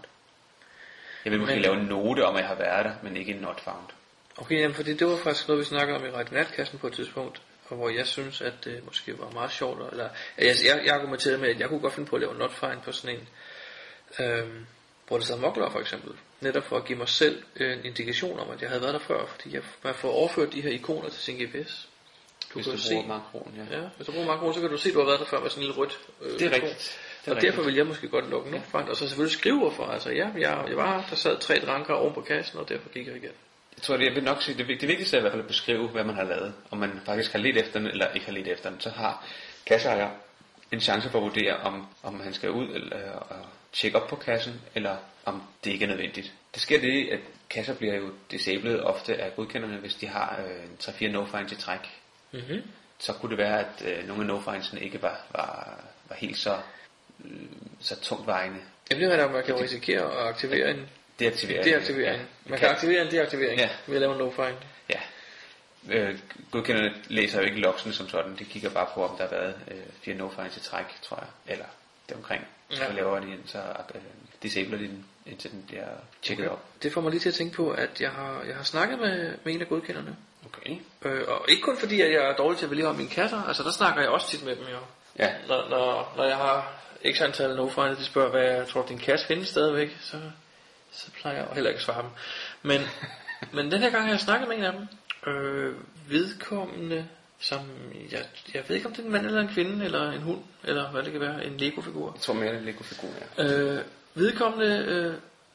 [SPEAKER 1] Jeg vil måske men... lave en note om, at jeg har været der, men ikke en not found.
[SPEAKER 2] Okay, jamen, fordi det var faktisk noget, vi snakkede om i Radio Natkassen på et tidspunkt, og hvor jeg synes, at det måske var meget sjovt, eller jeg, jeg, jeg argumenterede med, at jeg kunne godt finde på at lave en not find på sådan en, øhm, hvor det sad mokler for eksempel, netop for at give mig selv en indikation om, at jeg havde været der før, fordi jeg, man får overført de her ikoner til sin G P S.
[SPEAKER 1] Du hvis kan du bruger makroen, ja.
[SPEAKER 2] Ja, hvis du bruger makroen, så kan du se, at du har været der før med sådan en lille rødt øh,
[SPEAKER 1] det er rigtigt.
[SPEAKER 2] Og rigtigt. Derfor vil jeg måske godt lukke nu ja. Og så selvfølgelig skrive hvorfor. Altså ja, jeg, jeg var der sad tre dranker oven på kassen, og derfor gik jeg igen.
[SPEAKER 1] Jeg tror, det, jeg vil nok sige, det, det vigtigste er i hvert fald at beskrive, hvad man har lavet. Om man faktisk har let efter den, eller ikke har let efter den. Så har kasseejer en chance for at vurdere, om, om han skal ud eller, og tjekke op på kassen, eller om det ikke er nødvendigt. Det sker det, at kasser bliver jo disabled ofte af godkenderne, hvis de har øh, tre fire no-finds i træk.
[SPEAKER 2] Mm-hmm.
[SPEAKER 1] Så kunne det være, at øh, nogle af no-findsene ikke var, var, var helt så, øh, så tungt vejende.
[SPEAKER 2] Jamen det er at man kan risikere at aktivere en
[SPEAKER 1] deaktivering.
[SPEAKER 2] deaktivering. Ja. Man kan aktivere en deaktivering ja. Ved at lave en no-find.
[SPEAKER 1] Ja. Øh, godkenderne læser jo ikke logsene som sådan. De kigger bare på, om der har været øh, fire no-finds i træk, tror jeg. Eller det omkring. Ja. Så laver de en, så øh, disabler de den, indtil den bliver tjekket okay. op.
[SPEAKER 2] Det får mig lige til at tænke på, at jeg har, jeg har snakket med, med en af godkenderne.
[SPEAKER 1] Okay.
[SPEAKER 2] Øh, og ikke kun fordi, at jeg er dårlig til at vedligeholde mine kasser. Altså der snakker jeg også tit med dem jo.
[SPEAKER 1] Ja.
[SPEAKER 2] Når, når, når jeg har x antal no-friends, de spørger, hvad jeg tror, din kasse findes stadigvæk, så, så plejer jeg heller ikke at svare dem. Men, men den her gang har jeg snakket med en af dem, øh, vedkommende, som, jeg, jeg ved ikke om det er en mand eller en kvinde, eller en hund, eller hvad det kan være, en Lego-figur.
[SPEAKER 1] Jeg tror mere, det er en Lego-figur, ja.
[SPEAKER 2] Øh, vedkommende, øh,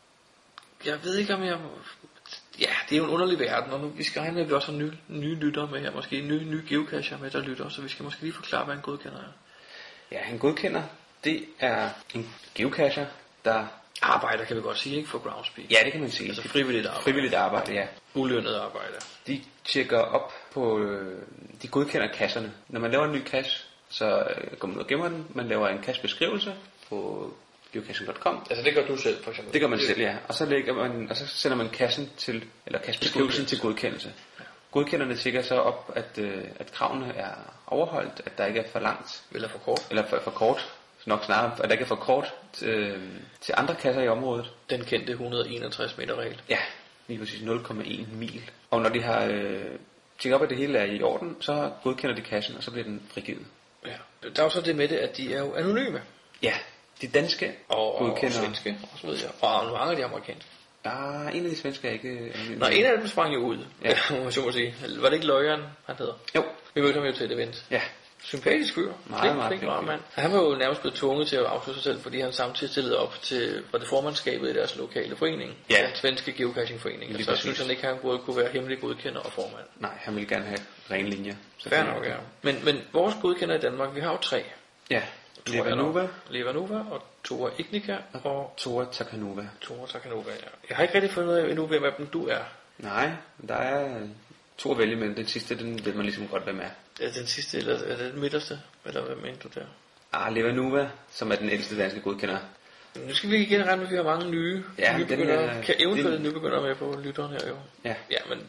[SPEAKER 2] jeg ved ikke om jeg, ja, det er jo en underlig verden, og nu, vi skal regne med, at vi også har nye, nye lyttere med her, måske nye, nye geocacher med, der lytter, så vi skal måske lige forklare, hvad en godkender er.
[SPEAKER 1] Ja, en godkender, det er en geocacher, der
[SPEAKER 2] arbejder, kan vi godt sige, ikke, for Groundspeak.
[SPEAKER 1] Ja, det kan man sige.
[SPEAKER 2] Altså frivilligt arbejde.
[SPEAKER 1] Frivilligt arbejde, ja.
[SPEAKER 2] Ulønnet arbejde.
[SPEAKER 1] De tjekker op på, øh, de godkender kasserne. Når man laver en ny cache, så øh, går man ud og gemmer den. Man laver en cache-beskrivelse på geocaching punktum com.
[SPEAKER 2] Altså det gør du selv, for eksempel?
[SPEAKER 1] Det gør man selv, ja. Og så, lægger man, og så sender man cachen til, eller cache-beskrivelsen til godkendelse. Ja. Godkenderne tjekker så op, at, øh, at kravene er overholdt, at der ikke er for langt.
[SPEAKER 2] Eller for kort.
[SPEAKER 1] Eller for, for kort. Nok snarere, at der ikke er for kort til, til andre kasser i området.
[SPEAKER 2] Den kendte et hundrede og enogtres meter regel.
[SPEAKER 1] Ja, lige præcis nul komma en mil. Og når de har øh, tjekket op, at det hele er i orden, så godkender de kassen, og så bliver den frigivet.
[SPEAKER 2] Ja. Der er jo så det med det, at de er jo anonyme.
[SPEAKER 1] Ja, de danske
[SPEAKER 2] og,
[SPEAKER 1] godkender.
[SPEAKER 2] Og svenske, og så ved jeg. Og mange af de amerikanske.
[SPEAKER 1] Ja, en af de svenske er ikke anonyme.
[SPEAKER 2] Nej, en af dem sprang jo ud, ja. Så må sige. Var det ikke Løjeren, han hedder?
[SPEAKER 1] Jo.
[SPEAKER 2] Vi mødte ham jo til et event.
[SPEAKER 1] Ja.
[SPEAKER 2] Sympatisk fyr.
[SPEAKER 1] Meget, meget
[SPEAKER 2] flink, mand. Han var jo nærmest blevet tvunget til at afslutte sig selv, fordi han samtidig stillede op til var det formandskabet i deres lokale forening.
[SPEAKER 1] Ja.
[SPEAKER 2] Den svenske geocachingforening. Så synes han ikke, at han burde kunne være hemmelig godkender og formand.
[SPEAKER 1] Nej, han ville gerne have rene linjer.
[SPEAKER 2] Fair nok, ja. Men, men vores godkender i Danmark, vi har jo tre.
[SPEAKER 1] Ja. Levanova.
[SPEAKER 2] Levanova og Tora Ignica og
[SPEAKER 1] Tora Takanova.
[SPEAKER 2] Tora Takanova, ja. Jeg har ikke rigtig fundet ud af endnu, hvem af dem du er.
[SPEAKER 1] Nej, der er to at vælge, men den sidste, den ved man ligesom godt, hvem er.
[SPEAKER 2] Er det den sidste, eller er det den midterste? Eller hvad mener du der?
[SPEAKER 1] Ah, Levanova, som er den ældste danske godkender.
[SPEAKER 2] Nu skal vi igen regne med, at vi har mange nye
[SPEAKER 1] ja,
[SPEAKER 2] nybegyndere.
[SPEAKER 1] Den,
[SPEAKER 2] kan eventuelt den... nybegyndere med på lytteren her jo.
[SPEAKER 1] Ja.
[SPEAKER 2] Ja, men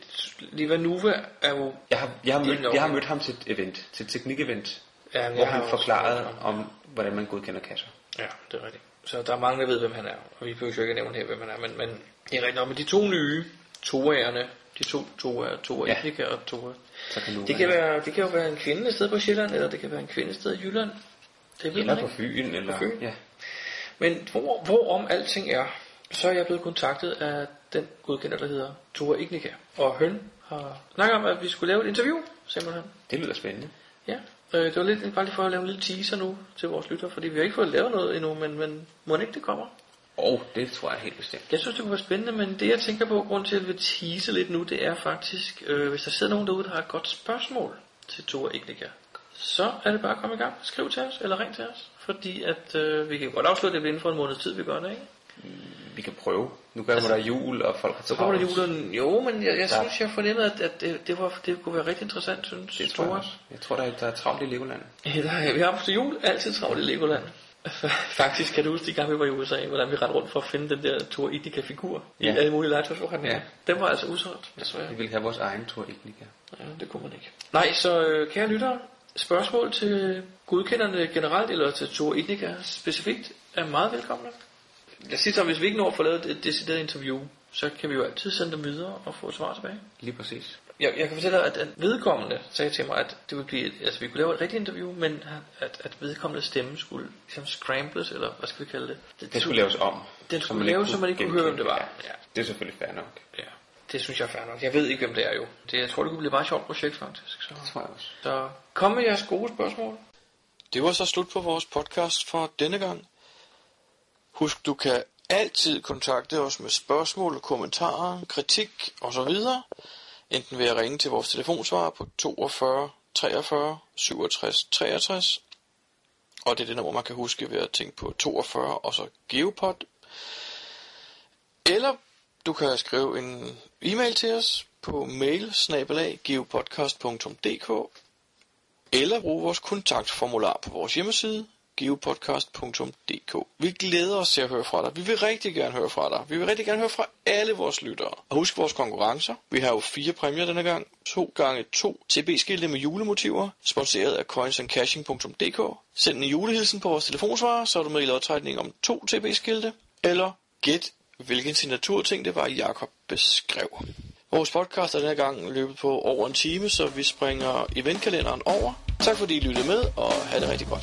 [SPEAKER 2] Levanova er jo...
[SPEAKER 1] Jeg har, jeg har, mødt, jeg har mødt ham til et event, til et teknikevent,
[SPEAKER 2] ja,
[SPEAKER 1] hvor han forklarede om, hvordan man godkender kasser.
[SPEAKER 2] Ja, det er rigtigt. Så der er mange, der ved, hvem han er. Og vi behøver jo ikke at nævne her, hvem han er. Men, men det er rigtigt nok med de to nye, toerne, de to, toer, Tora
[SPEAKER 1] ja.
[SPEAKER 2] Ignica og Tora.
[SPEAKER 1] Takanova,
[SPEAKER 2] det kan, være, det kan jo være en kvinde et sted på Sjælland, eller det kan være en kvinde et sted i Jylland.
[SPEAKER 1] Det ved eller på Fyn, eller...
[SPEAKER 2] På Fyn.
[SPEAKER 1] Ja.
[SPEAKER 2] Men hvor, hvorom alting er, så er jeg blevet kontaktet af den godkender, der hedder Tora Ignica. Og Høn har snakket om, at vi skulle lave et interview, simpelthen.
[SPEAKER 1] Det lyder spændende.
[SPEAKER 2] Ja, øh, det var lidt bare lige for at lave en lille teaser nu til vores lytter, fordi vi har ikke fået lavet noget endnu, men, men må ikke det kommer?
[SPEAKER 1] Åh, oh, det tror jeg helt bestemt.
[SPEAKER 2] Jeg synes, det kunne være spændende, men det jeg tænker på, grund til at vi tease lidt nu, det er faktisk, øh, hvis der sidder nogen derude, der har et godt spørgsmål til Tora Ignica, så er det bare at komme i gang. Skriv til os, eller ring til os, fordi at øh, vi kan godt afsløre, at det bliver inden for en måneds tid, vi gør det, ikke?
[SPEAKER 1] Vi kan prøve. Nu gør altså, der jul, og folk har
[SPEAKER 2] så kommer der julen. Jo, men jeg, jeg synes, jeg fornemmede, at, at det, det, var, det kunne være rigtig interessant, synes
[SPEAKER 1] det tror jeg også. Jeg tror, der er, der er travlt i Legoland.
[SPEAKER 2] Ja, der er, vi har haft jul altid travlt i Legoland. Faktisk kan du huske de gange vi var i U S A, hvordan vi rendte rundt for at finde den der Tora Ignica figur ja. i alle mulige legetøjsforretninger. Ja. Den var altså udsolgt, desværre.
[SPEAKER 1] Vi ville have vores egen Tora Ignica.
[SPEAKER 2] Ja, det kunne man ikke. Nej, så øh, kære lyttere, spørgsmål til godkenderne generelt, eller til Tora Ignica specifikt, er meget velkomne. Jeg siger så, hvis vi ikke når at få lavet et decideret interview, så kan vi jo altid sende dem videre og få et svar tilbage.
[SPEAKER 1] Lige præcis.
[SPEAKER 2] Jeg, jeg kan fortælle dig, at, at vedkommende sagde til mig, at det ville blive, altså vi kunne lave et rigtigt interview, men at, at vedkommende stemme skulle ligesom scrambles, eller hvad skal vi kalde det?
[SPEAKER 1] Det, det skulle laves om.
[SPEAKER 2] Den skulle laves, så man ikke kunne høre, hvem det var.
[SPEAKER 1] Ja. Det er selvfølgelig fair nok.
[SPEAKER 2] Ja, det synes jeg er fair nok. Jeg ved ikke, hvem det er jo. Det, jeg tror, det kunne blive et meget sjovt projekt faktisk. Så.
[SPEAKER 1] Det tror jeg også.
[SPEAKER 2] Så kom med jeres gode spørgsmål.
[SPEAKER 8] Det var så slut på vores podcast for denne gang. Husk, du kan altid kontakte os med spørgsmål, kommentarer, kritik osv. Enten ved at ringe til vores telefonsvarer på toogfyrre treogfyrre syvogtres treogtres. Og det er det nummer, man kan huske ved at tænke på toogfyrre og så Geopod. Eller du kan skrive en e-mail til os på mail snabel-a geopodcast punktum d k eller bruge vores kontaktformular på vores hjemmeside geopodcast punktum d k. Vi glæder os til at høre fra dig. Vi vil rigtig gerne høre fra dig. Vi vil rigtig gerne høre fra alle vores lyttere. Og husk vores konkurrencer. Vi har jo fire præmier denne gang. To gange to T B-skilte med julemotiver, sponsoreret af coins and caching punktum d k. Send en julehilsen på vores telefonsvarer, så er du med i lodtrækning om to T B-skilte. Eller gæt, hvilken signaturting det var, Jakob beskrev. Vores podcast er denne gang løbet på over en time, så vi springer eventkalenderen over. Tak fordi I lyttede med, og have det rigtig godt.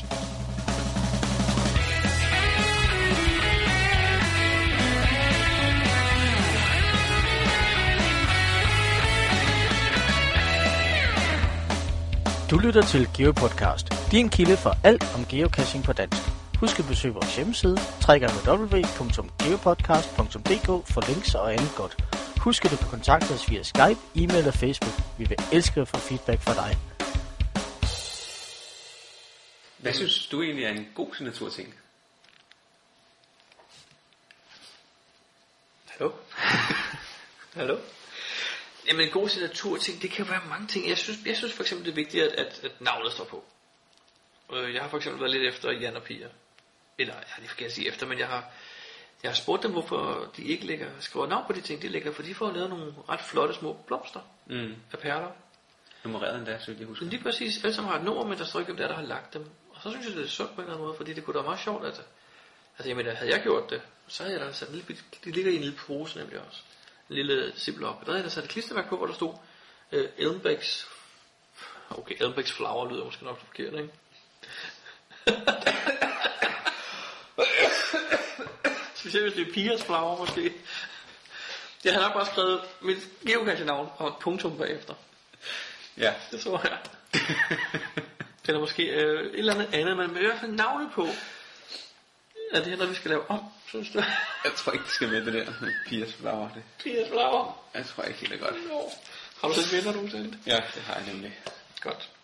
[SPEAKER 3] Du lytter til GeoPodcast, din kilde for alt om geocaching på dansk. Husk at besøge vores hjemmeside, w w w punktum geopodcast punktum d k for links og andet godt. Husk at du kan kontakte os via Skype, e-mail og Facebook. Vi vil elske at få feedback fra dig.
[SPEAKER 1] Hvad synes du egentlig er en god signaturting?
[SPEAKER 2] Hallo? Hallo? Jamen en god signaturting, det kan jo være mange ting. Jeg synes, jeg synes for eksempel det er vigtigt, at, at, at navnet står på. Jeg har for eksempel været lidt efter Jan og Pia. Eller, ja, det kan jeg sige efter, men jeg har, jeg har spurgt dem, hvorfor de ikke lægger, skriver navn på de ting, de lægger, for de får lavet nogle ret flotte små blomster mm. af perler.
[SPEAKER 1] Nummereret endda, så jeg husker.
[SPEAKER 2] Lige præcis, alle sammen har et nummer, men der står ikke, hvem der, der har lagt dem. Og så synes jeg, det er sundt på en eller anden måde, fordi det kunne da være meget sjovt, at, altså jeg mener, havde jeg gjort det, så havde jeg da sat en lille, de ligger i en lille pose nemlig også. En lille ziplock. Der havde jeg da sat et klistermærke på, hvor der stod øh, Elmbæks, okay, Elmbæks flower lyder måske nok forkert, ikke? Specielt hvis det er Pias flower måske. Jeg har nok bare skrevet mit geocache-navn og et punktum bagefter.
[SPEAKER 1] Ja.
[SPEAKER 2] Det tror jeg. Eller måske øh, et eller andet andet, men i hvert fald navnet på. Er det her noget vi skal lave om, synes du?
[SPEAKER 1] Jeg tror ikke det skal med det der Pias flower. Det.
[SPEAKER 2] Pias flower?
[SPEAKER 1] Jeg tror ikke helt er godt.
[SPEAKER 2] No. Har du set venner nogensinde?
[SPEAKER 1] Ja, det har jeg nemlig.
[SPEAKER 2] Godt.